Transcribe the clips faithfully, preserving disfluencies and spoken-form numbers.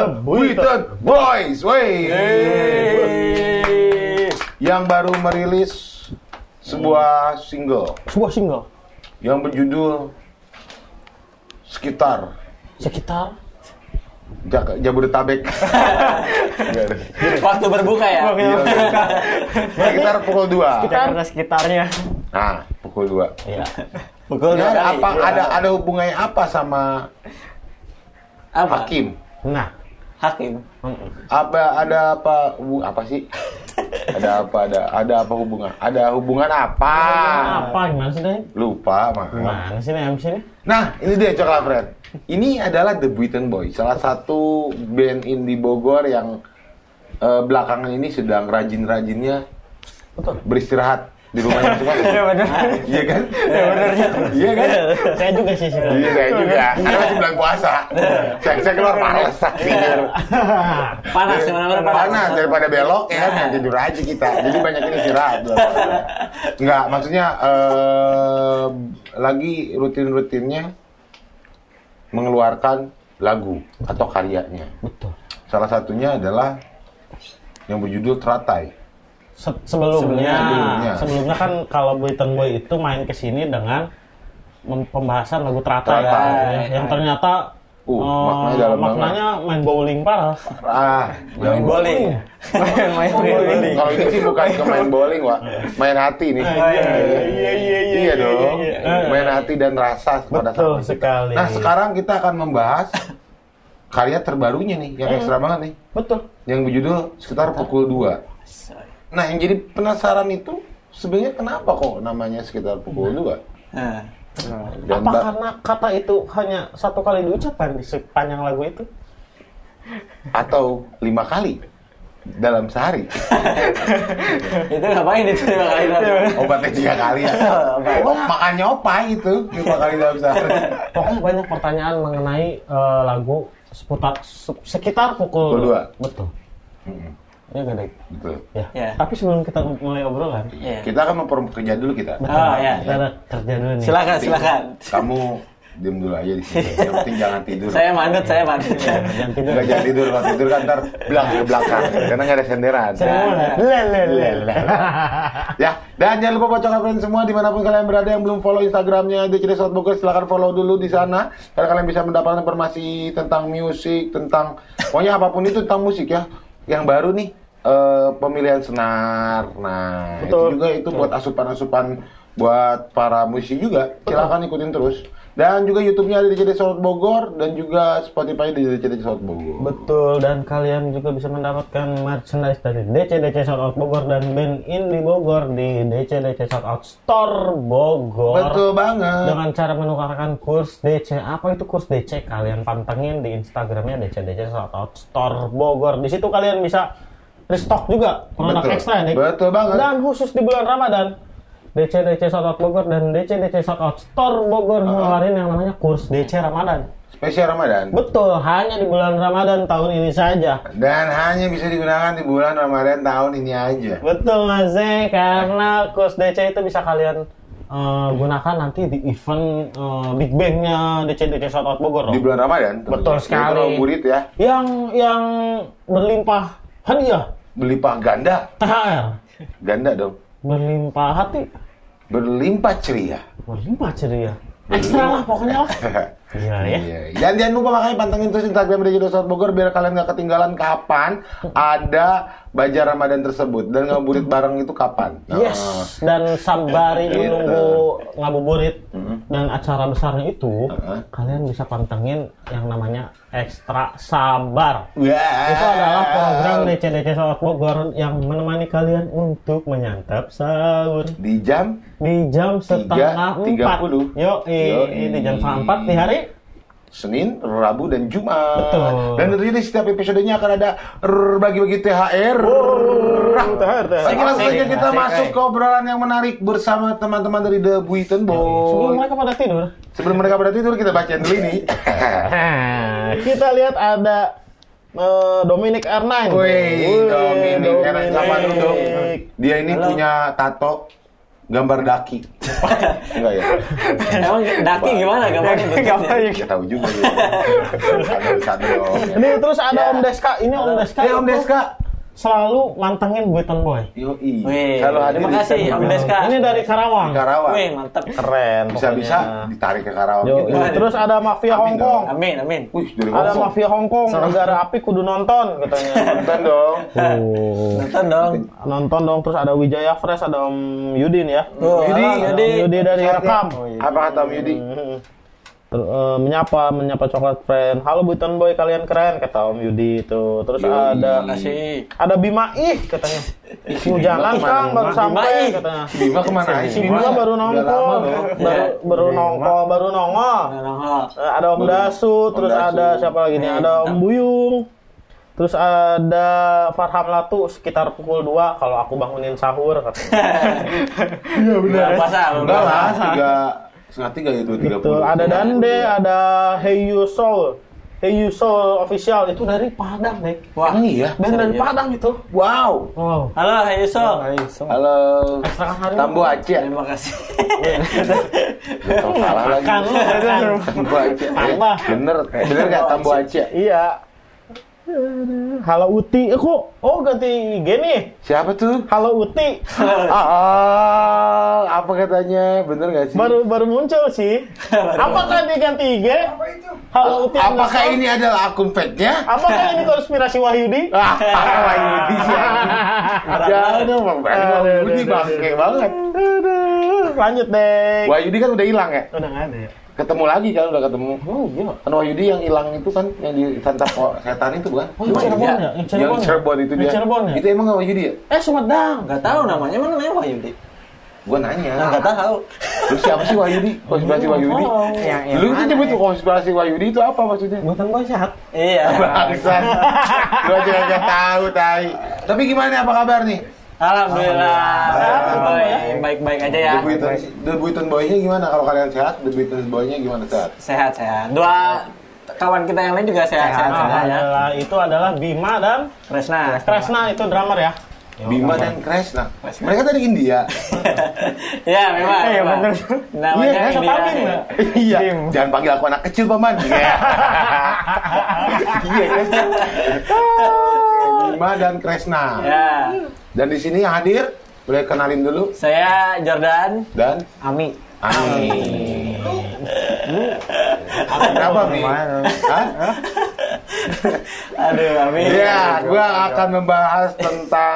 The Buiton Boys, wey. Yang baru merilis sebuah single. Sebuah single yang berjudul Sekitar. Sekitar Jak- Jabodetabek. Waktu berbuka ya. Sekitar pukul dua. Jakarta sekitarnya. Nah, pukul dua. Iya. Pukul Ya, dua apa kali. ada ada hubungannya apa sama Apa? Hakim? Nah, Hakim. Apa ada apa hu- apa sih? Ada apa ada ada apa hubungan? Ada hubungan apa? apa gimana sih nih? Lupa, maaf. Gimana sih nih M C nih? Nah, ini dia Coklat Fred. Ini adalah The Buiton Boys, salah satu band indie Bogor yang eh, belakangan ini sedang rajin-rajinnya Betul. beristirahat di rumahnya semua. Iya benar. Iya kan? Iya benar. Iya kan? Saya juga sih sih. Iya, saya juga. Karena masih bulan puasa. Saya, saya keluar panas, tidur. Panas, kemana-mana panas. Panas daripada belok ya kan, tidur aja kita. Jadi banyak ini istirahat. Enggak, maksudnya eh, lagi rutin-rutinnya mengeluarkan lagu atau karyanya. Betul. Salah satunya adalah yang berjudul Teratai. Se- sebelumnya, Sebelumnya. sebelumnya kan kalau Buiton Boy itu main ke sini dengan mem- pembahasan lagu Teratai, Teratai. ya, yang ternyata Uh, eh, maknanya dalam maknanya main bowling parah. Ah, Main bowling. Main bowling. kalau ini sih bukan ke main bowling, Wak. Main hati nih. Iya, iya, iya, iya, Iya dong. iya, iya. Main hati dan rasa pada Betul saat itu. sekali. Nah, sekarang kita akan membahas karya terbarunya nih, yang ekstra banget nih. Betul. Yang berjudul Sekitar Pukul dua. Nah, yang jadi penasaran itu sebenarnya kenapa kok namanya Sekitar Pukul dua? Nah, Dan Apa ba- karena kata itu hanya satu kali diucapkan di sepanjang lagu itu? atau lima kali dalam sehari? itu ngapain itu lima kali dalam? Obatnya tiga kali ya. Oh, makannya opai itu lima kali dalam sehari. Pokoknya banyak pertanyaan mengenai eh, lagu seputar se- sekitar pukul, Pukul dua. Betul. Mm-mm. Ya gak deh. Betul. Ya. Ya. Tapi sebelum kita mulai obrolan, Iya. Kita akan memperoleh kerja dulu kita. Oh ya. kita ada kerja dulu nih. Silakan, Nanti silakan. Kamu diem dulu aja di sini. Yang penting jangan tidur. Saya manut, saya manut. Jangan tidur. Enggak jangan tidur, kalau tidur kan ntar belang ke belakang. Karena nggak ada senderan. Sering mulai. Le, le, le, le. Ya, dan jangan lupa Pocong Friends semua dimanapun kalian berada yang belum follow Instagramnya D C D South Bogor, silahkan follow dulu di sana karena kalian bisa mendapatkan informasi tentang musik, tentang pokoknya apapun itu tentang musik ya. Yang baru nih eh, pemilihan senar. Nah, Betul. itu juga itu buat asupan-asupan buat para musisi juga. Silakan ikutin terus. Dan juga YouTube-nya ada di D C D South Bogor dan juga Spotify di D C D South Bogor. Betul, dan kalian juga bisa mendapatkan merchandise dari D C D C Shoutout Bogor dan band Indie Bogor di D C D C Shoutout Store Bogor. Betul banget. Dengan cara menukarkan kurs D C. Apa itu kurs D C? Kalian pantengin di Instagramnya D C D C Shoutout Store Bogor. Di situ kalian bisa restock juga produk Betul. ekstra nih. Betul banget. Dan khusus di bulan Ramadan, D C D C Shoutout Bogor dan D C D C Shoutout Store Bogor ngeluarin yang namanya kurs D C Ramadan. Spesial Ramadan. Betul, hanya di bulan Ramadan tahun ini saja. Dan hanya bisa digunakan di bulan Ramadan tahun ini aja. Betul Mas Zee, karena kurs D C itu bisa kalian eh, gunakan nanti di event eh, Big Bang-nya D C D C Shoutout Bogor. Di loh. bulan Ramadan. Betul tentunya. sekali. Jadi kalau murid ya, Yang yang berlimpah hadiah berlimpah ganda. T H R, Ganda dong. berlimpah hati, Berlimpah ceria. berlimpah ceria. Ekstra lah pokoknya lah. Gila ya. Iya. Dan jangan lupa makanya pantengin terus Instagram D C D South Bogor biar kalian nggak ketinggalan kapan ada baja Ramadan tersebut dan ngabuburit bareng itu kapan. Yes, Nah, dan sambari Gitu. menunggu ngabuburit Mm-hmm. dan acara besarnya itu, Uh-huh. kalian bisa pantengin yang namanya Ekstra Sabar. Wah. Itu adalah program D C D C Shoutout Bogor yang menemani kalian untuk menyantap sahur Di jam di jam setengah tiga empat. puluh. Yo, Yoi. di jam setengah empat di hari. Senin, Rabu, dan Jumat. Betul. Dan tentunya di setiap episodenya akan ada r- bagi-bagi T H R. T H R, T H R. Baik, langsung saja kita Asik, masuk asik. ke obrolan yang menarik bersama teman-teman dari The Buiton Sebelum Boys. mereka pada tidur, Sebelum mereka pada tidur, kita bacain dulu ini. nah, kita lihat ada eh, Dominic R sembilan. Wih, Dominic. Enak siapa dulu dong? Dia ini Halo. punya tato gambar daki. Enggak ya? Emang daki gimana gambarnya bentuknya? Enggak tahu juga gitu. Sadar-sadar dong. Ini terus ada Ya. Om Deska. Ini Om Deska. Eh, Om itu Deska. selalu mantengin Buiton Boy. Yoi. Wih, Selalu hadir terima di kasih Instagram. Om Deska. Ini dari Karawang. Di Karawang. Wih, mantap. Keren. Bisa-bisa pokoknya. ditarik ke Karawang Yo, gitu. iya. Terus ada Mafia Amin Hong Kong. dong. Amin, amin. Wih, dari Ada Hongkong. Mafia Hong Kong, negara api kudu nonton katanya. Nonton dong. Oh. Nonton dong. Nonton dong. Terus ada Wijaya Fresh, ada Om Yudin ya. Oh, Yudi. halo, Yudi. Yudi dari Rekam. Apa kata Om Yudi? Hmm. Ter- eh, menyapa, menyapa coklat friend. Halo Buiton Boy, kalian keren kata Om Yudi itu. Terus Yoi. ada Terima kasih. ada Bima ih katanya. Mau jalan kemana? Kang, baru Bima sampai ih. katanya. Bima kemana aja? Si Bima baru Udah nongol, lama loh. baru Iya. baru nongol, baru nongol. Nongol. Eh, Ada Om Dasu, terus Dasu. ada siapa lagi nih? Ada Om Buyung. Terus ada Farham Latu sekitar pukul dua kalau aku bangunin sahur katanya. Iya Bulan puasa, bulan Enggak lah, puasa. tiga setengah tiga ya dua tiga Gitu. puluh. Ada Dande, ada Hey You Soul. Hey You Soul official itu dari Padang, nih. Wah, Emang iya? Band dari serius. Padang itu. Wow. Wow. Halo, Hai Yusuf. Halo. Ekstra hari Tambo Aceh. Terima kasih. Betul, salah lagi. Kan lu kan. Tambo Aceh. Eh, Apa? Bener, bener nggak Tambo Aceh? Iya. Halo Uti, eh, kok oh ganti I G nih. Siapa tuh? Halo Uti. Ah, apa katanya? Bener nggak sih? Baru baru muncul sih. Apakah dia ganti I G? Halo Uti. Apakah underscore. ini adalah akun fake-nya? Apakah ini konspirasi Wahyudi? Ah, Wahyudi sih. Jangan, Wahyudi bangke banget. Aduh, lanjut deh. Wahyudi kan udah hilang ya? Udah nggak ada ya? Ketemu lagi kan, udah ketemu. Oh iya. Kan Wahyudi yang hilang itu kan, yang disantap setan itu bukan? Oh, yang Cirebon ya? Yang Cirebon Yang ya? Cirebon itu Yang dia. Cirebon ya? Itu emang nggak Wahyudi ya? Eh Sumedang. Enggak tahu namanya, emang namanya Wahyudi. Gua nanya. Nah, enggak tahu. Terus siapa sih Wahyudi? Konspirasi Wahyudi? Oh, yang- yang Lu tuh mana nyebut ya? konspirasi Wahyudi itu apa maksudnya? Buatan boy sehat. Iya. Bangsat. Lu aja nggak tahu, tai. Tapi gimana, apa kabar nih? Alhamdulillah. Alhamdulillah. Baik, baik-baik aja ya. The Buiton, The Buiton Boy-nya gimana? Kalau kalian sehat, The Buiton Boy-nya gimana sehat? Sehat-sehat. Dua kawan kita yang lain juga sehat-sehat Nah, semua ya. adalah, itu adalah Bima dan Kresna. Kresna itu drummer ya. Bima dan Kresna. Mereka dari India. Ya, memang. Iya, memang. bener. Namanya Iya, India. setabim, ya? Iya. Jangan panggil aku anak kecil, Paman. Iya. Iya kan? Bima dan Kresna. Ya. Dan di sini yang hadir, boleh kenalin dulu Saya Jordan dan Ami. Ami. Kenapa, Mi? Hah? Aduh, Ami. Iya, gua akan membahas tentang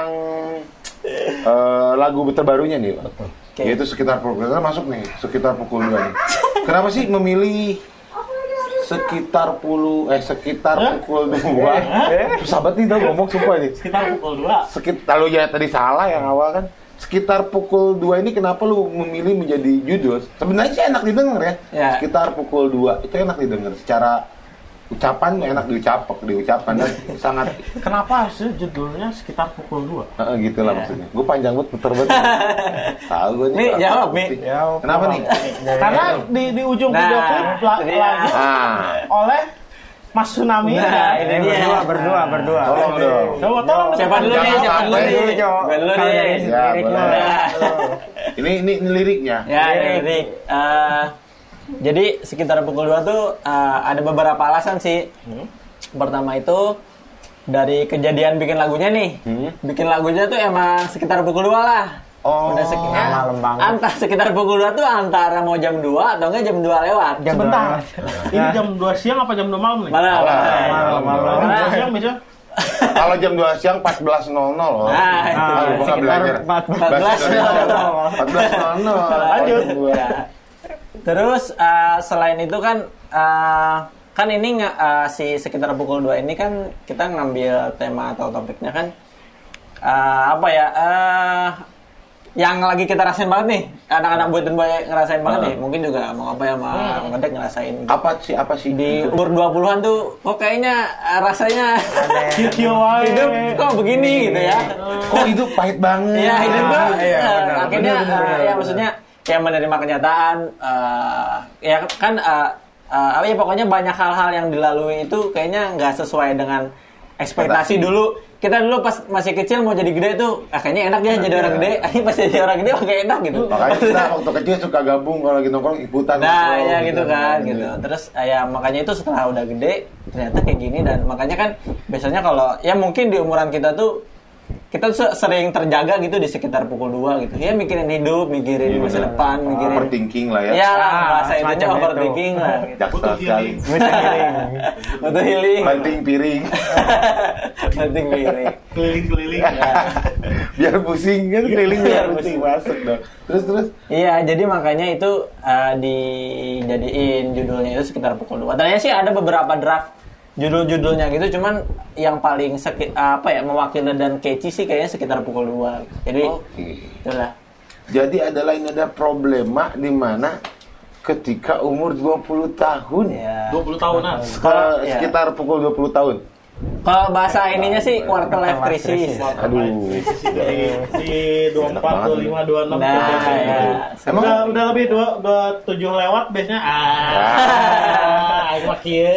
eh, lagu terbarunya nih, Oke. yaitu sekitar pukul kita masuk nih, sekitar pukul dua nih. Kenapa sih memilih sekitar puluh eh sekitar pukul dua? Susah banget nih tau ngomong sumpah nih. Sekitar pukul dua. Sekitar lu ya tadi salah yang awal kan. Sekitar pukul dua ini kenapa lu memilih menjadi judul? Sebenarnya sih enak didengar ya. Ya. Sekitar pukul dua itu enak didengar secara ucapan enak diucap diucapkan dan sangat Kenapa harusnya judulnya sekitar pukul dua? Heeh, gitu lah Ya. maksudnya. Gue panjang banget, puter banget. Tahu gue nih. Mi, Pak. jawab, Mi. Kenapa nih? Karena di di ujung Nah, video klip la- itu dia. lagu Ah, oleh Mas Tsunami. Nah, ya. ini dia. berdua, berdua. tolong dong. Coba tolong Siapa dulu nih? Jangan Siapa dulu sampai nih? dulu, Cok. Gue dulu Kalau nih. dari Ya, liriknya. boleh. Ya. Ini ini, ini liriknya. Ya, jadi eh, jadi sekitar pukul dua tuh eh, ada beberapa alasan sih. Pertama itu dari kejadian bikin lagunya nih. Hmm. Bikin lagunya tuh emang sekitar pukul dua lah. Oh, Udah sekitar malam banget. antara sekitar pukul dua tuh antara mau jam dua atau enggak jam dua lewat. Jam Sebentar. dua. Ini jam dua siang apa jam dua malam nih? Malam. Malam. Malam, malam. Jam dua Nah, siang bisa? Kalau jam dua siang empat belas nol nol loh. Nah, itu. Ah, gua nggak belajar. empat belas nol nol. empat belas nol nol. Lanjut. Ya. Terus eh, selain itu kan eh, kan ini nggak eh, si sekitar pukul dua ini kan kita ngambil tema atau topiknya kan eh, apa ya eh, yang lagi kita rasain banget nih anak-anak Buiton Boy ngerasain banget nih, mungkin juga mau apa ya sama Ngedek ngerasain Apa sih apa sih? di umur dua puluhan tuh kok kayaknya eh, rasanya Kikyo wae. hidup kok begini gitu ya. Kok hidup pahit banget? Iya, hidup gua, iya, eh, benar, akhirnya benar, benar, eh, ya benar. maksudnya ya menerima kenyataan eh, ya kan eh, eh, apa ya pokoknya banyak hal-hal yang dilalui itu kayaknya nggak sesuai dengan ekspektasi dulu. Kita dulu pas masih kecil mau jadi gede tuh, ah, kayaknya enak ya jadi orang gede. Akhirnya pas jadi orang gede kayak enak gitu. Makanya kita waktu kecil suka gabung kalau lagi nongkrong ikutan. Nah, ya gitu kan gitu. Terus ya makanya itu setelah udah gede ternyata kayak gini dan makanya kan biasanya kalau ya mungkin di umuran kita tuh kita tuh sering terjaga gitu di sekitar pukul dua gitu. Ya mikirin hidup, mikirin Iya, masa bener. depan, mikirin Overthinking lah ya. Ya lah, Ah, bahasa itunya semacam itu. overthinking lah. Gitu. Jaksel sekali. Butuh healing. Banting piring. Banting piring. Keliling-keliling. Biar pusing kan keliling biar Biar pusing pusing. masuk dong. Terus terus Iya, jadi makanya itu uh, dijadiin judulnya itu sekitar pukul dua. Tadinya sih ada beberapa draft judul-judulnya gitu, cuman yang paling seki, apa ya mewakili dan catchy sih kayaknya sekitar pukul dua. Jadi Oke. itulah. Jadi adalah ini ada problema di mana ketika umur dua puluh tahun Ya. dua puluh tahunan. Kalau Ya. sekitar pukul dua puluh tahun. Kalau bahasa ininya sih quarter life crisis. Aduh. Di, di dua puluh empat, Enak dua puluh lima, dua puluh enam. Nah, ya. Emang Udah, udah lebih dua, dua tujuh lewat biasanya. Ah, ayo mah kieu.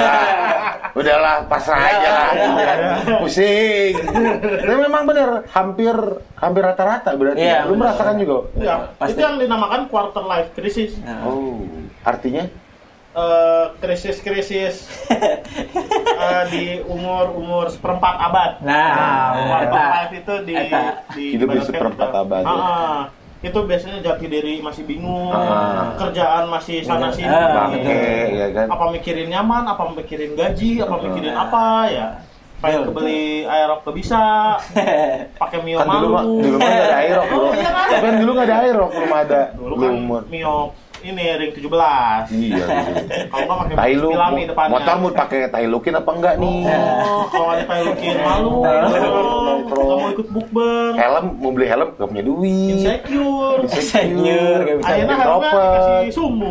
udahlah pasrah aja lah. Pusing. Tapi memang benar hampir hampir rata-rata berarti. Iya, Lu benar. merasakan juga? Ya, Pasti. itu yang dinamakan quarter life crisis. Nah. Oh, artinya Eh, krisis-krisis eh, di umur-umur seperempat abad. Nah, quarter eta. life itu di, Eta. di Hidup di ibaratkan seperempat itu. abad, ya. Ah, itu biasanya jati diri masih bingung, Ah. kerjaan masih sana sini. Ah, bangke ya kan. Apa mikirin nyaman, apa mikirin gaji, apa mikirin Ah. apa ya. Pengen Betul. kebeli aerok gak bisa, pakai Mio Kan dulu mah malu. dulu mah nggak ada aerok bro. Oh, iya kan? Tapi kan dulu nggak ada aerok belum ada. Dulu Lu kan umur. Mio ini ring tujuh belas. Iya. Kalau nggak pakai Tai lu, Pilami depannya. motor mau pakai tai lukin apa enggak nih? Oh, kalau ada tai lukin malu, Nongkrong. nggak mau ikut bukber, Helm, mau beli helm gak punya duit. insecure, Insecure, gak bisa. akhirnya bikin helmnya ropet. dikasih sumbu.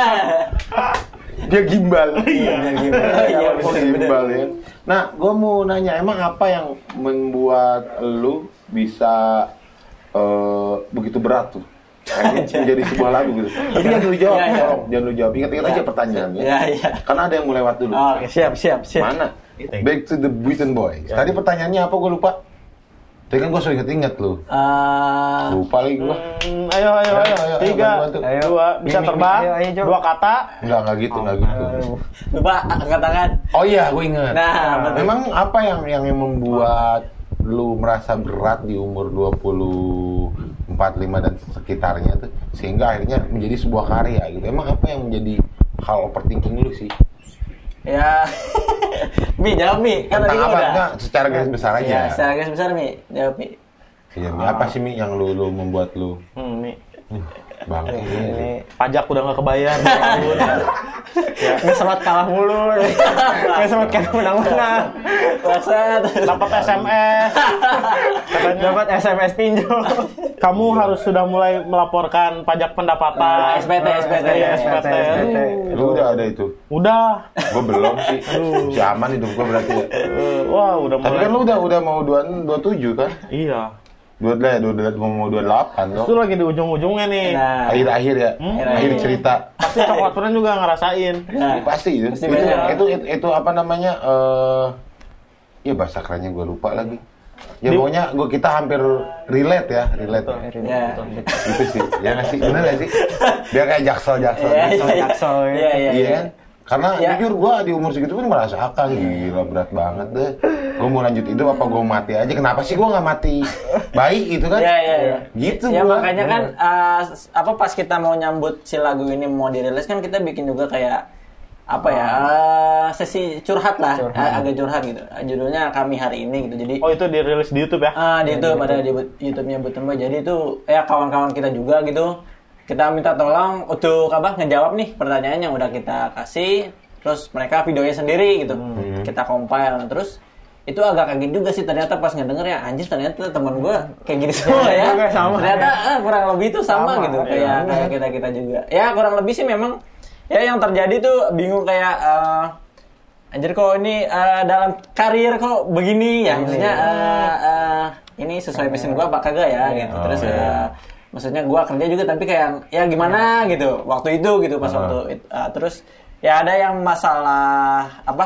Dia gimbal. Iya. Iya, Oh, bener, gimbal ya. Nah, gue mau nanya, emang apa yang membuat lu bisa eh, begitu berat tuh? Akhirnya menjadi sebuah lagu gitu. Tapi jangan dulu jawab, Iya, iya. tolong. Jangan dulu jawab. Ingat-ingat aja pertanyaannya. Iya, iya. Karena ada yang mau lewat dulu. Oke, siap, siap, siap. Mana? Back to the Britain Boys. Tadi pertanyaannya apa? Gue lupa. Tadi kan gue sudah inget-inget lu. Eh, Lupa lagi gue. Hmm, ayo, ayo, Ayo, ayo, ayo, ayo, tiga, bantu, bantu. dua, bisa Mimik, terbang, ayo, ayo, Jo. dua kata. Enggak, enggak gitu, enggak gitu. lupa angkat tangan. Oh iya, gue inget. Nah, betul. Memang apa yang yang membuat lu merasa berat di umur dua puluh empat, lima dan sekitarnya tuh sehingga akhirnya menjadi sebuah karya gitu. Emang apa yang menjadi hal overthinking lu sih? Ya. Mi, jawab Mi. Kan tadi Tentang gua apa? udah. Enggak, secara garis besar aja. Ya, secara garis besar Mi, jawab Mi. Iya, Mi. Apa sih Mi yang lu lu membuat lu Hmm, nih. bang ini? Pajak udah nggak kebayar. Ya, ngesemat kalah mulu. Ngesemat kalah menang-menang. Bangsat. Dapat S M S. Katanya Dapat S M S pinjol. kamu harus sudah mulai melaporkan pajak pendapatan. S P T, S P T. Iya, S P T. Lu udah ada itu? Udah. Gue belum sih. Si aman hidup gue berarti ya. Eh, wah, udah Tapi mulai. kan lu udah udah mau dua puluh tujuh kan? Iya. Dua ya, dua dua mau dua delapan Itu dong. lagi di ujung-ujungnya nih. Nah, Akhir-akhir ya, Hmm. akhir cerita. Pasti coklat Turan juga ngerasain. nah. Ya, pasti itu. Pasti itu, banyak. itu, itu, itu apa namanya? Eh, ya bahasa kerennya gue lupa lagi. Ya Di- pokoknya gue kita hampir relate ya, relate. Ya. Ya. Itu sih, ya nggak sih, bener nggak sih? Biar kayak jaksel jaksel. Iya, gitu. iya, iya. Jaksel, ya. Iya, iya, Iya kan? Karena Ya. jujur gue di umur segitu pun merasakan gila berat banget deh. Gue mau lanjut hidup apa gue mati aja? Kenapa sih gue nggak mati baik gitu kan? Iya, iya, iya. Gitu Ya gua. makanya kan uh, apa pas kita mau nyambut si lagu ini mau dirilis kan kita bikin juga kayak apa ya uh, sesi curhat lah, uh, agak curhat gitu. Uh, judulnya Kami Hari Ini gitu. Jadi Oh, itu dirilis di YouTube ya? ah di YouTube ada di YouTube-nya Buten Boy. Jadi itu ya kawan-kawan kita juga gitu. Kita minta tolong untuk apa ngejawab nih pertanyaan yang udah kita kasih. Terus mereka videonya sendiri gitu. Kita compile. Nah, terus itu agak kaget juga sih ternyata pas ngedenger ya anjir ternyata teman gue kayak gini semua ya. juga sama. Ternyata ah, kurang lebih itu sama, Sama, gitu iya. kayak kayak kita kita juga. Ya kurang lebih sih memang ya yang terjadi tuh bingung kayak eh, anjir kok ini eh, dalam karir kok begini ya maksudnya eh, eh, ini sesuai passion gue apa kagak ya gitu. Terus eh, maksudnya gue kerja juga tapi kayak ya gimana gitu waktu itu gitu pas waktu it- uh, terus ya ada yang masalah apa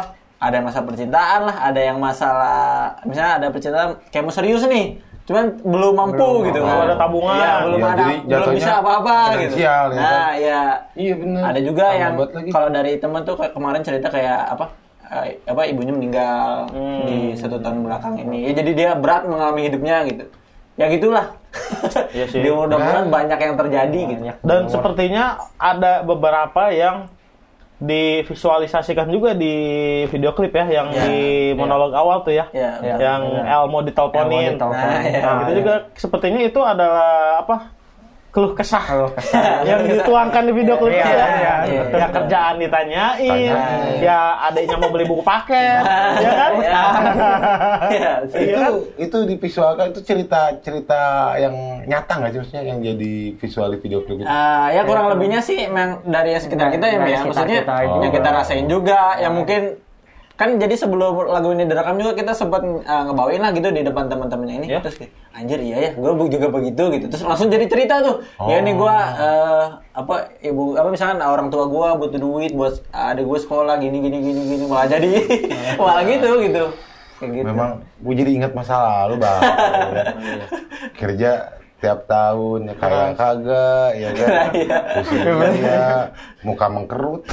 ada yang masalah percintaan lah, ada yang masalah misalnya ada percintaan kayak mau serius nih, cuman belum mampu belum, gitu. belum ada tabungan. Ya, belum Ya, ada, jadi belum jatuhnya bisa apa-apa gitu. finansial, ya kan? Nah, ya. Iya benar. Ada juga Tambah yang banget lagi. kalau dari teman tuh kayak kemarin cerita kayak apa? eh, apa ibunya meninggal Hmm. di satu tahun belakang ini. Ya jadi dia berat mengalami hidupnya gitu. Ya gitulah. Iya sih. Di mudah-mudahan Nah. banyak yang terjadi gitu. Dan sepertinya ada beberapa yang divisualisasikan juga di video klip ya, yang Ya, di ya. monolog awal tuh ya, Ya, yang Elmo diteleponin. Elmo diteleponin. Nah, ya. Nah, itu juga sepertinya itu adalah apa? Keluh kesah, yang dituangkan di video klip Iya, itu ya. iya, iya. Ya kerjaan ditanyain, Tanyain. ya adiknya mau beli buku paket, ya kan? Ya. Ya, Iya kan? itu itu divisualkan itu cerita-cerita yang nyata nggak sih maksudnya yang jadi visual di video klip itu? Ah, ya kurang lebihnya sih memang dari sekitar kita ya, Dari ya. sekitar Maksudnya kita yang juga. kita rasain juga, yang mungkin kan jadi sebelum lagu ini direkam juga kita sempat uh, ngebawain lah gitu di depan teman-temannya ini, Ya. terus kayak anjir iya ya, gue juga begitu gitu, terus langsung jadi cerita tuh, Oh. ya ini gue uh, apa ibu apa misalkan orang tua gue butuh duit buat adik gue sekolah gini gini gini gini malah jadi malah gitu gitu. Kayak gitu. Memang gue jadi ingat masa lalu bang. Kerja tiap tahun ya kayak kagak ya kan. Iya. Pusing ya, muka mengkerut.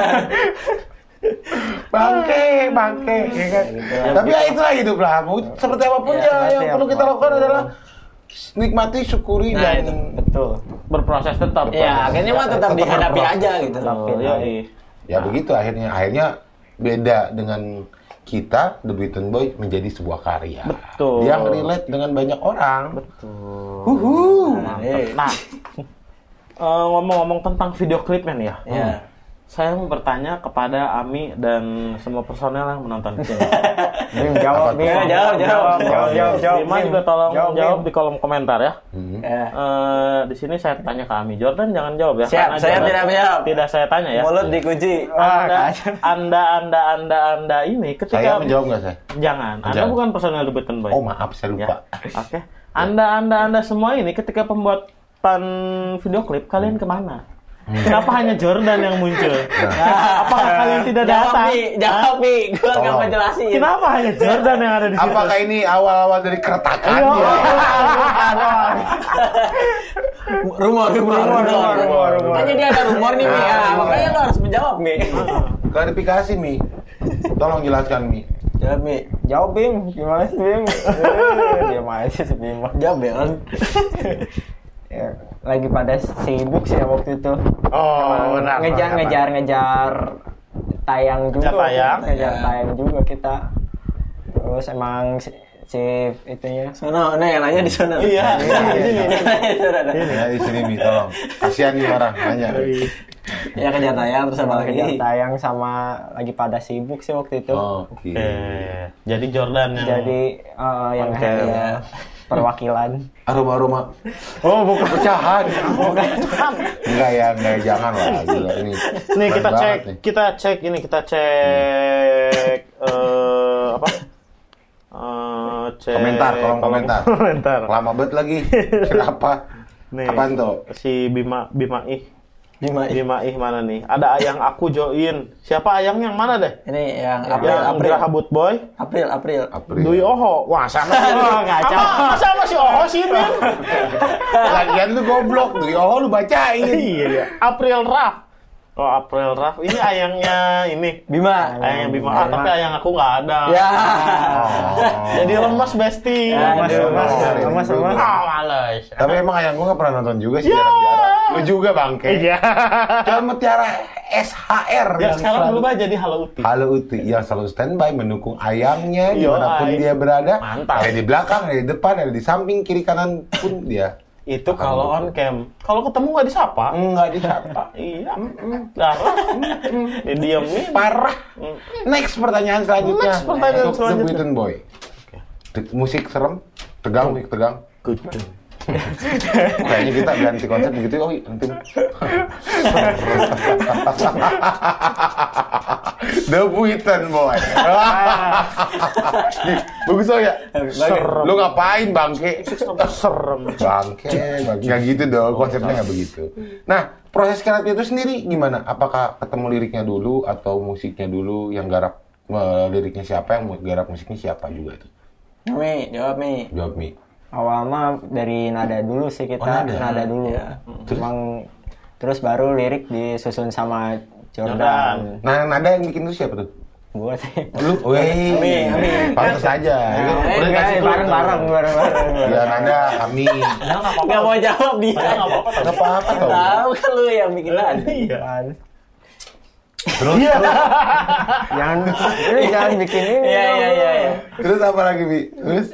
Bangke, bangke, ya kan. Tapi ya itulah hidup lah. Mau seperti apapun Ya, ya, seperti yang perlu kita apapun. lakukan adalah nikmati, syukuri Nah, dan itu. Betul. Berproses tetap. Ya akhirnya mah tetap Tetap dihadapi berproses. aja gitu. Betul, yoi. ya begitu akhirnya. Akhirnya beda dengan kita The Beaten Boy menjadi sebuah karya Betul. yang relate dengan banyak orang. Betul. Uhu. Eh, Nah, eh, ngomong-ngomong tentang video klipnya nih ya. Ya. Saya mau bertanya kepada Ami dan semua personel yang menonton film. Bim, jawab, Apa tuh? Bim. Ya, jawab, jawab. Jawab, jawab, jawab. Bima Bim. juga tolong Jawab, jawab, Bim. di kolom komentar ya. Hmm. Ya. Eh, di sini saya tanya ke Ami. Jordan jangan jawab ya. Siap, karena saya Jordan tidak menjawab. Tidak saya tanya ya. Mulut dikunci. Anda, kacau. anda, anda, anda, anda ini ketika Saya menjawab nggak saya? jangan. Anda Jangan. bukan personel The Beaten Boy. Oh maaf saya lupa. Ya. Oke. Anda, anda, anda semua ini ketika pembuatan video klip kalian kemana? Kenapa hanya Jordan yang muncul? Nah, apakah kalian tidak Jawab datang? nih, jawab nih. Gue nggak Tolong. mau jelasin. Kenapa hanya Jordan yang ada di situ? Apakah ini awal-awal dari keretakan Iya. ya? Rumor, rumor, rumor, rumor, rumor, rumor. Kan jadi ada rumor nih, Mi. Ah, Ya, rumor. makanya lo harus menjawab, Mi. Klarifikasi Mi. Tolong jelaskan Mi. Jawab, Mi. Jawab, Bim. Gimana sih, Bim? Eh, Diam aja sih, Bim. Jawab, Bel. Ya, lagi pada sibuk sih ya waktu itu. Oh, benar. ngejar, benar. ngejar, ngejar tayang juga. Ngejar tayang. Ngejar Ya. tayang juga kita. Terus emang si, si itunya. Sono, nih yang nanya di sana. Iya. Iya, iya. Di sana, dah. Ya di sini Mi, tolong. Kasihan nih orang nanya. Ya kejar tayang terus apa lagi? Ngejar tayang sama lagi pada sibuk sih waktu itu. Oh, oke. Eh, jadi Jordan yang Jadi eh, yang Oke. ya, perwakilan. Aroma-aroma. Oh, bukan. Pecahan. Enggak ya, enggak ya, jangan lah. Gila ini. Nih keren kita banget cek, nih. kita cek ini, kita cek eh apa? Eh, cek Komentar, kolom komentar. Komentar. Lama banget lagi. Kenapa? Nih. Apaan tuh? Si Bima Bima Ih. Bima. Bima Ih mana nih? Ada Ayang aku join. Siapa Ayang yang mana deh? Ini yang April, Yang April, Geraha Boot Boy. April, April. April. Dwi Oho. Wah, sama sih. Oh, kacau. Apa sama si Oho sih, Bim? Lagian lu goblok. Dwi oh lu bacain. Iya, iya. April Raf. Oh, April Raf. Ini ayangnya ini. Bima. Ayangnya Bima. Ah, tapi ayang aku nggak ada. Ya. Oh. Jadi lemas, Besti. Lemas, Aduh. lemas, lemas, lemas. Ah, males. Tapi emang ayang gua nggak pernah nonton juga sih Ya. jarang-jarang. Lu juga bangke. Iya. Kan Mutiara S H R. Ya, yang sekarang selalu- berubah jadi Halo Uti. Halo Uti yang selalu standby mendukung ayangnya Yo, dimanapun ay. dia berada. Mantap. Ada di belakang, ada di depan, ada di samping, kiri kanan pun dia. Itu kalau on cam. Kalau ketemu nggak disapa. Enggak disapa. Iya. Darah. Didiemin. Parah. Next pertanyaan selanjutnya. Next pertanyaan Untuk selanjutnya. The Beaten Boy. Te- Musik serem, tegang, musik tegang. Kucing. Kayaknya kita ganti konsep begitu. Oh, nanti. The Beaten Boy. Bagus oh ya. Serem. Lu ngapain bangke? Serem. Bangke, bangke. Nggak gitu dong, konsepnya nggak begitu. Nah, proses kreatif itu sendiri gimana? Apakah ketemu liriknya dulu atau musiknya dulu yang garap uh, liriknya siapa, yang garap musiknya siapa juga itu. Mi, jawab Mi. Jawab Mi. Awal mah dari nada dulu sih kita, Oh, nada. nada dulu. Ya. Terus? Emang terus baru lirik disusun sama Jordan. Jordan. Nah, nada yang bikin itu siapa tuh? Gue sih. Lu, weh, Ami, Ami. pantas aja. Nah, Udah eh, kasih clue. bareng-bareng, bareng-bareng. Ya, nada, Ami. Nggak mau jawab dia. Padahal nggak apa-apa. Nggak apa-apa tau. Tahu kan lu yang bikin nada. Iya. Terus, Jangan, lu jangan bikin ini. Iya, iya, iya, iya. terus apa lagi, Bi? Terus,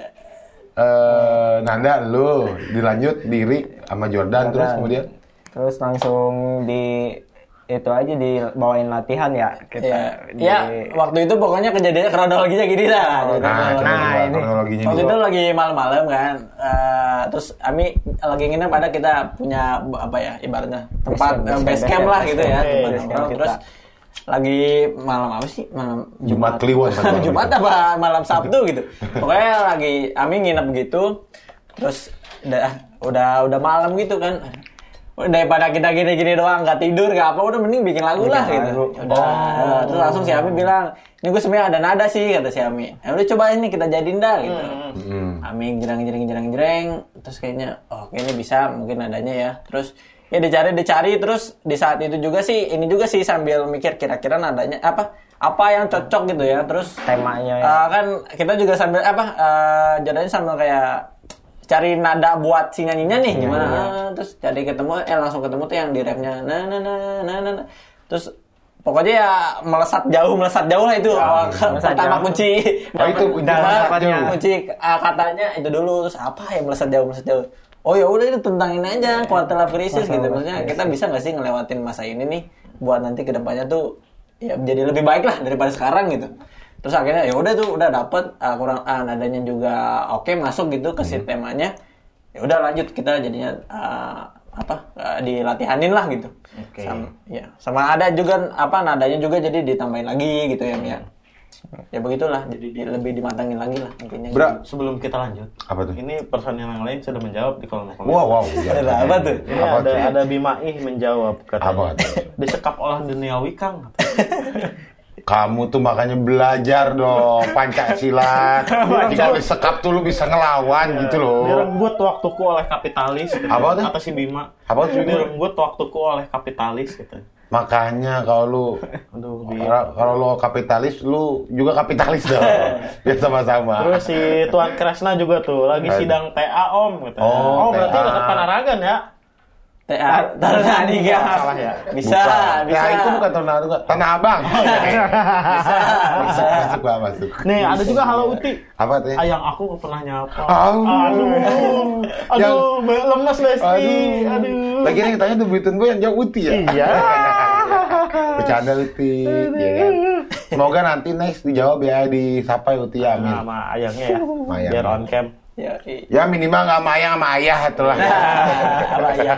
eh nada lu, dilanjut, lirik sama Jordan, terus Jordan. kemudian? Terus langsung di itu aja dibawain latihan ya kita. Ya, di, ya, waktu itu pokoknya kejadiannya kronologinya gini dah. Jadi Nah, kronologi. coba Nah, coba ini. kronologinya Waktu dulu. itu lagi malam-malam kan, eh, terus Ami lagi nginep pada kita punya apa ya ibaratnya tempat Base camp, eh, base base camp, camp lah base gitu camp. ya, Oke, tempat base camp nongkrong. kita. Terus lagi malam apa sih malam Jumat Kliwon. Jumat apa malam Sabtu gitu. Pokoknya lagi Ami nginep gitu, terus udah udah udah malam gitu kan. Daripada kita gini-gini doang nggak tidur nggak apa udah mending bikin lagu lah Bikin gitu. lagu. Udah, Oh. terus langsung si Ami bilang, ini gue sebenarnya ada nada sih kata si Ami. Ya udah coba ini kita jadiin dah gitu. Hmm. Ami jerang-jerang jerang-jerang terus kayaknya oh kayaknya bisa mungkin nadanya ya. Terus ya dicari dicari terus di saat itu juga sih ini juga sih sambil mikir kira-kira nadanya apa apa yang cocok gitu ya. Terus temanya ya. uh, kan kita juga sambil apa uh, jadinya sambil kayak cari nada buat si nyanyinya nih gimana. Ah, terus cari ketemu eh langsung ketemu tuh yang di rapnya nah nah nah nah nah. Terus pokoknya ya melesat jauh melesat jauh lah itu awal melesat pertama jauh. kunci Oh, itu kunci Dalam melesat kunci, jauh. kunci uh, katanya itu dulu terus apa ya melesat jauh melesat jauh. Oh ya udah itu tentang ini aja quarter life crisis gitu. Maksudnya kita bisa nggak sih ngelewatin masa ini nih buat nanti kedepannya tuh ya jadi lebih baik lah daripada sekarang gitu. Terus akhirnya ya udah tuh udah dapet uh, kurang uh, nadanya juga oke masuk gitu ke si temanya. Ya udah lanjut kita jadinya uh, apa uh, dilatihanin lah gitu. Oke. Sama, ya sama ada juga apa nadanya juga jadi ditambahin lagi gitu ya ya. Ya begitulah jadi di- lebih dimatangin lagi lah intinya. Bra, Sebelum kita lanjut, apa tuh? ini personil yang lain sudah menjawab di kolom komentar. Wow, wow. Ada apa tuh? Ini Apa ada tuh? ada Bimaih menjawab katanya. Apa tuh? Disekap olah duniawi Kang. Kamu tuh makanya belajar dong Pancasila. Jika disekap tuh lu bisa ngelawan gitu loh. Direnggut waktuku oleh kapitalis. Gitu. Apa tuh? Kata si Bima. Apa tuh, Bima? Direnggut waktuku oleh kapitalis gitu. Makanya kalau lu Aduh, Bima. kalau kalau lu kapitalis, lu juga kapitalis dong. Biar sama-sama. Terus si Tuan Kresna juga tuh lagi Aduh. sidang T A Om gitu. Oh, oh berarti T A. dekat Panaragan ya? T A Tanah Niga. Salah ya? Bisa, Bukan. bisa. Ya itu bukan tanah Abang, tanah Abang. Bisa, bisa. Masuk gua masuk. Nih ada juga Halo Uti. Apa tuh? Ayang aku nggak pernah nyapa. Aduh. Aduh, Yang- aduh, be- lemes Lesti. Aduh. Aduh. Lagi nih tanya tuh Britain gue yang jauh Uti ya. Iya. Bercanda Uti, ya kan. Semoga nanti next dijawab ya di Sapa Uti ya, amin. Sama ayangnya ya. Ayang. Biar on cam. Ya, i- Ya minimal nggak sama ayah sama ayah itulah. apa ya?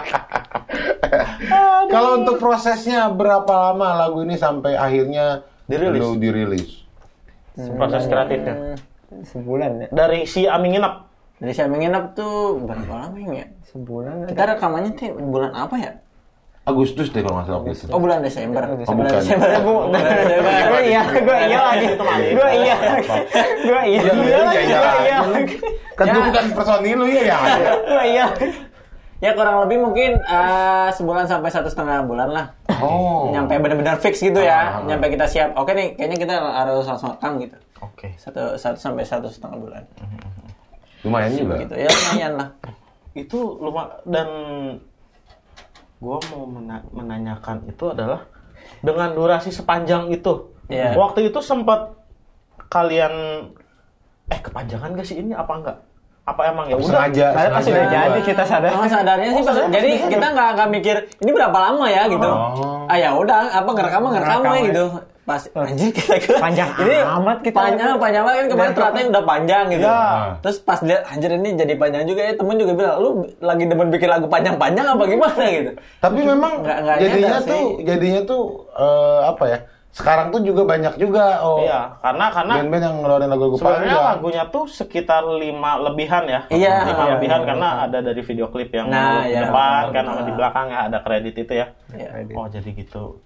Kalau untuk prosesnya berapa lama lagu ini sampai akhirnya Dirilis. lu dirilis? Proses kreatifnya. Sebulan ya. Dari si Ami nginep. Dari saya menginap tuh berapa lama ya? Sebulan Kita rekamannya tuh bulan apa ya? Agustus deh kalau nggak salah waktu itu. Oh bulan Desember. Oh, bulan bukan. Desember. bulan Desember. Gue iya, gue iya lagi. Gue iya. Gue iya. Iya, iya, iya, iya. Gue iya. Kan Ya. itu bukan personil lu ya ya. Gue iya. Ya kurang lebih mungkin eh, sebulan sampai satu setengah bulan lah. Oh. Nyampe benar-benar fix gitu Ah. ya. Nyampe kita siap. Oke nih, kayaknya kita harus langsung rekam gitu. Oke. Satu, satu sampai satu setengah bulan. Lumayan juga. Gitu ya lumayan lah. Itu lumayan dan gua mau mena- menanyakan itu adalah dengan durasi sepanjang itu. Iya. Waktu itu sempat kalian eh kepanjangan gak sih ini apa enggak? Apa emang ya udah? Sengaja, Padahal pas sengaja udah jadi juga. kita sadar. Oh sadarnya sih pas, jadi kita nggak nggak mikir ini berapa lama ya gitu. Oh. Ah ya udah apa ngerekam mah ngerekam Ngerekam aja ya. gitu. Pas anjir kita ke Panjang amat kita. Panjang panjang banget kan kemarin ternyata udah panjang gitu. Ya. Terus pas lihat anjir ini jadi panjang juga ya temen juga bilang lu lagi demen bikin lagu panjang-panjang apa gimana gitu. Tapi memang Nggak- nggak jadinya nyadar sih. tuh jadinya tuh eh, apa ya? Sekarang tuh juga banyak juga oh. Iya, karena karena Band-band yang ngeluarin lagu-lagu sebenarnya panjang. lagunya tuh sekitar lima lebihan ya. Iya. Lima Iya, lebihan iya, karena ada dari video klip yang Nah, di iya, depan betul, kan betul. sama di belakang ya ada kredit itu ya. Iya. Oh jadi gitu.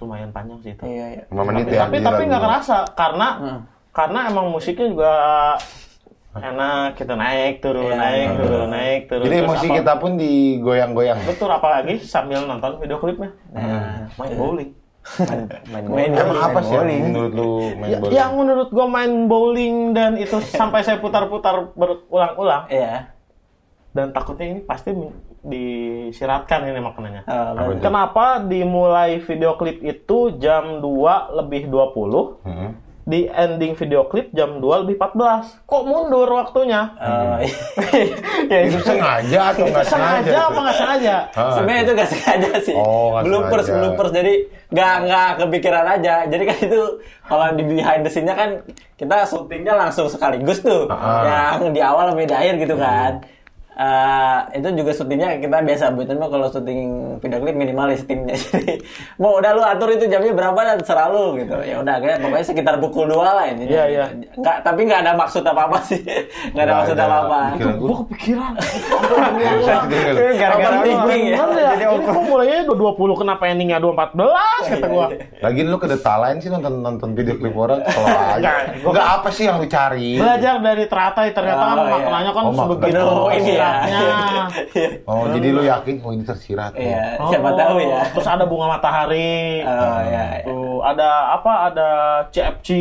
lumayan panjang sih itu. Iya, iya. lima menit Tapi ya. tapi jadi tapi lagu. nggak kerasa karena Hmm. karena emang musiknya juga enak gitu, naik turun Iya. naik turun naik turun. Jadi Terus emosi apa- kita pun digoyang-goyang. betul, apalagi sambil nonton video klipnya. Nah, Main bowling. Main Main bola. Emang apa sih yang bowling. menurut lu main Ya, bowling? yang menurut gue main bowling dan itu sampai saya putar-putar berulang-ulang Iya. dan takutnya ini pasti disiratkan ini maknanya. Oh, Apa itu? Kenapa dimulai video klip itu jam dua lebih dua puluh, Hmm. di ending video klip jam dua lebih empat belas? Kok mundur waktunya? Oh, iya. Ya, Itu sengaja atau nggak sengaja? sengaja apa nggak sengaja? Ah, Sebenarnya itu gak sengaja sih. Oh, nggak bloopers, sengaja. bloopers. Jadi nggak nggak kepikiran aja. Jadi kan itu kalau di behind the scene-nya kan kita syutingnya langsung sekaligus tuh. Ah. Yang di awal sama di akhir gitu kan. Eh, itu juga syutingnya kita biasa buatin mah kalau syuting video klip minimalis timnya. Jadi mau udah lu atur itu jamnya berapa dan serah lu gitu. Ya udah kayak pokoknya sekitar pukul dua lah ini. Iya, iya. Nggak, tapi nggak ada maksud apa apa sih. Nggak ada Nggak maksud ada apa apa. pikiran. Gue kepikiran. Gara-gara thinking ya. Bener ya? Ini kok mulainya dua dua puluh, kenapa endingnya dua empat belas kata gue. Lagian lu kedetalain sih nonton nonton video klip orang kalau aja. Nggak, gua Enggak apa sih yang lu cari? Belajar dari teratai, ternyata kan Oh, iya. maknanya kan Oh, sebegitu maknanya. Oh, ini ya. siratnya. Oh, jadi lu yakin oh ini tersirat. Iya, Oh, siapa tahu ya. Terus ada bunga matahari. Oh, iya, iya. Tuh, ada apa? Ada C F C.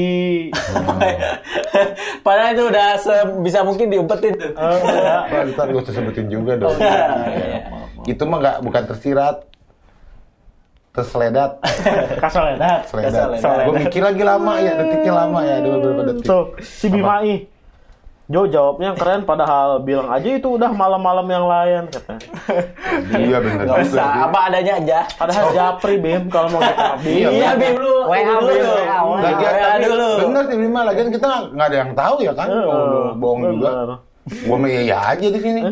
Padahal itu udah sebisa mungkin diumpetin tuh. Eh, ada. Nah, ntar gue usah sebutin juga dong. iya, Iya. iya. Itu mah nggak bukan tersirat, terseledat, Kasaledat. seledat. Keseledat. Gue mikir lagi lama ya, detiknya lama ya, ada beberapa detik. Tuh, si Bimai. Jo jawabnya keren, padahal bilang aja itu udah malam-malam yang lain katanya. Iya benar Nggak juga. usah, Bim. apa adanya aja. Padahal Japri Bim kalau mau kita Bim. Iya, Bim lu. W A, ini dulu. Bim, W A, W A. Lagian W A tapi dulu. bener sih Bima, lagian kita nggak ada yang tahu ya kan, Eh, kalau lu bohong juga. bener. Gua mah iya aja di sini.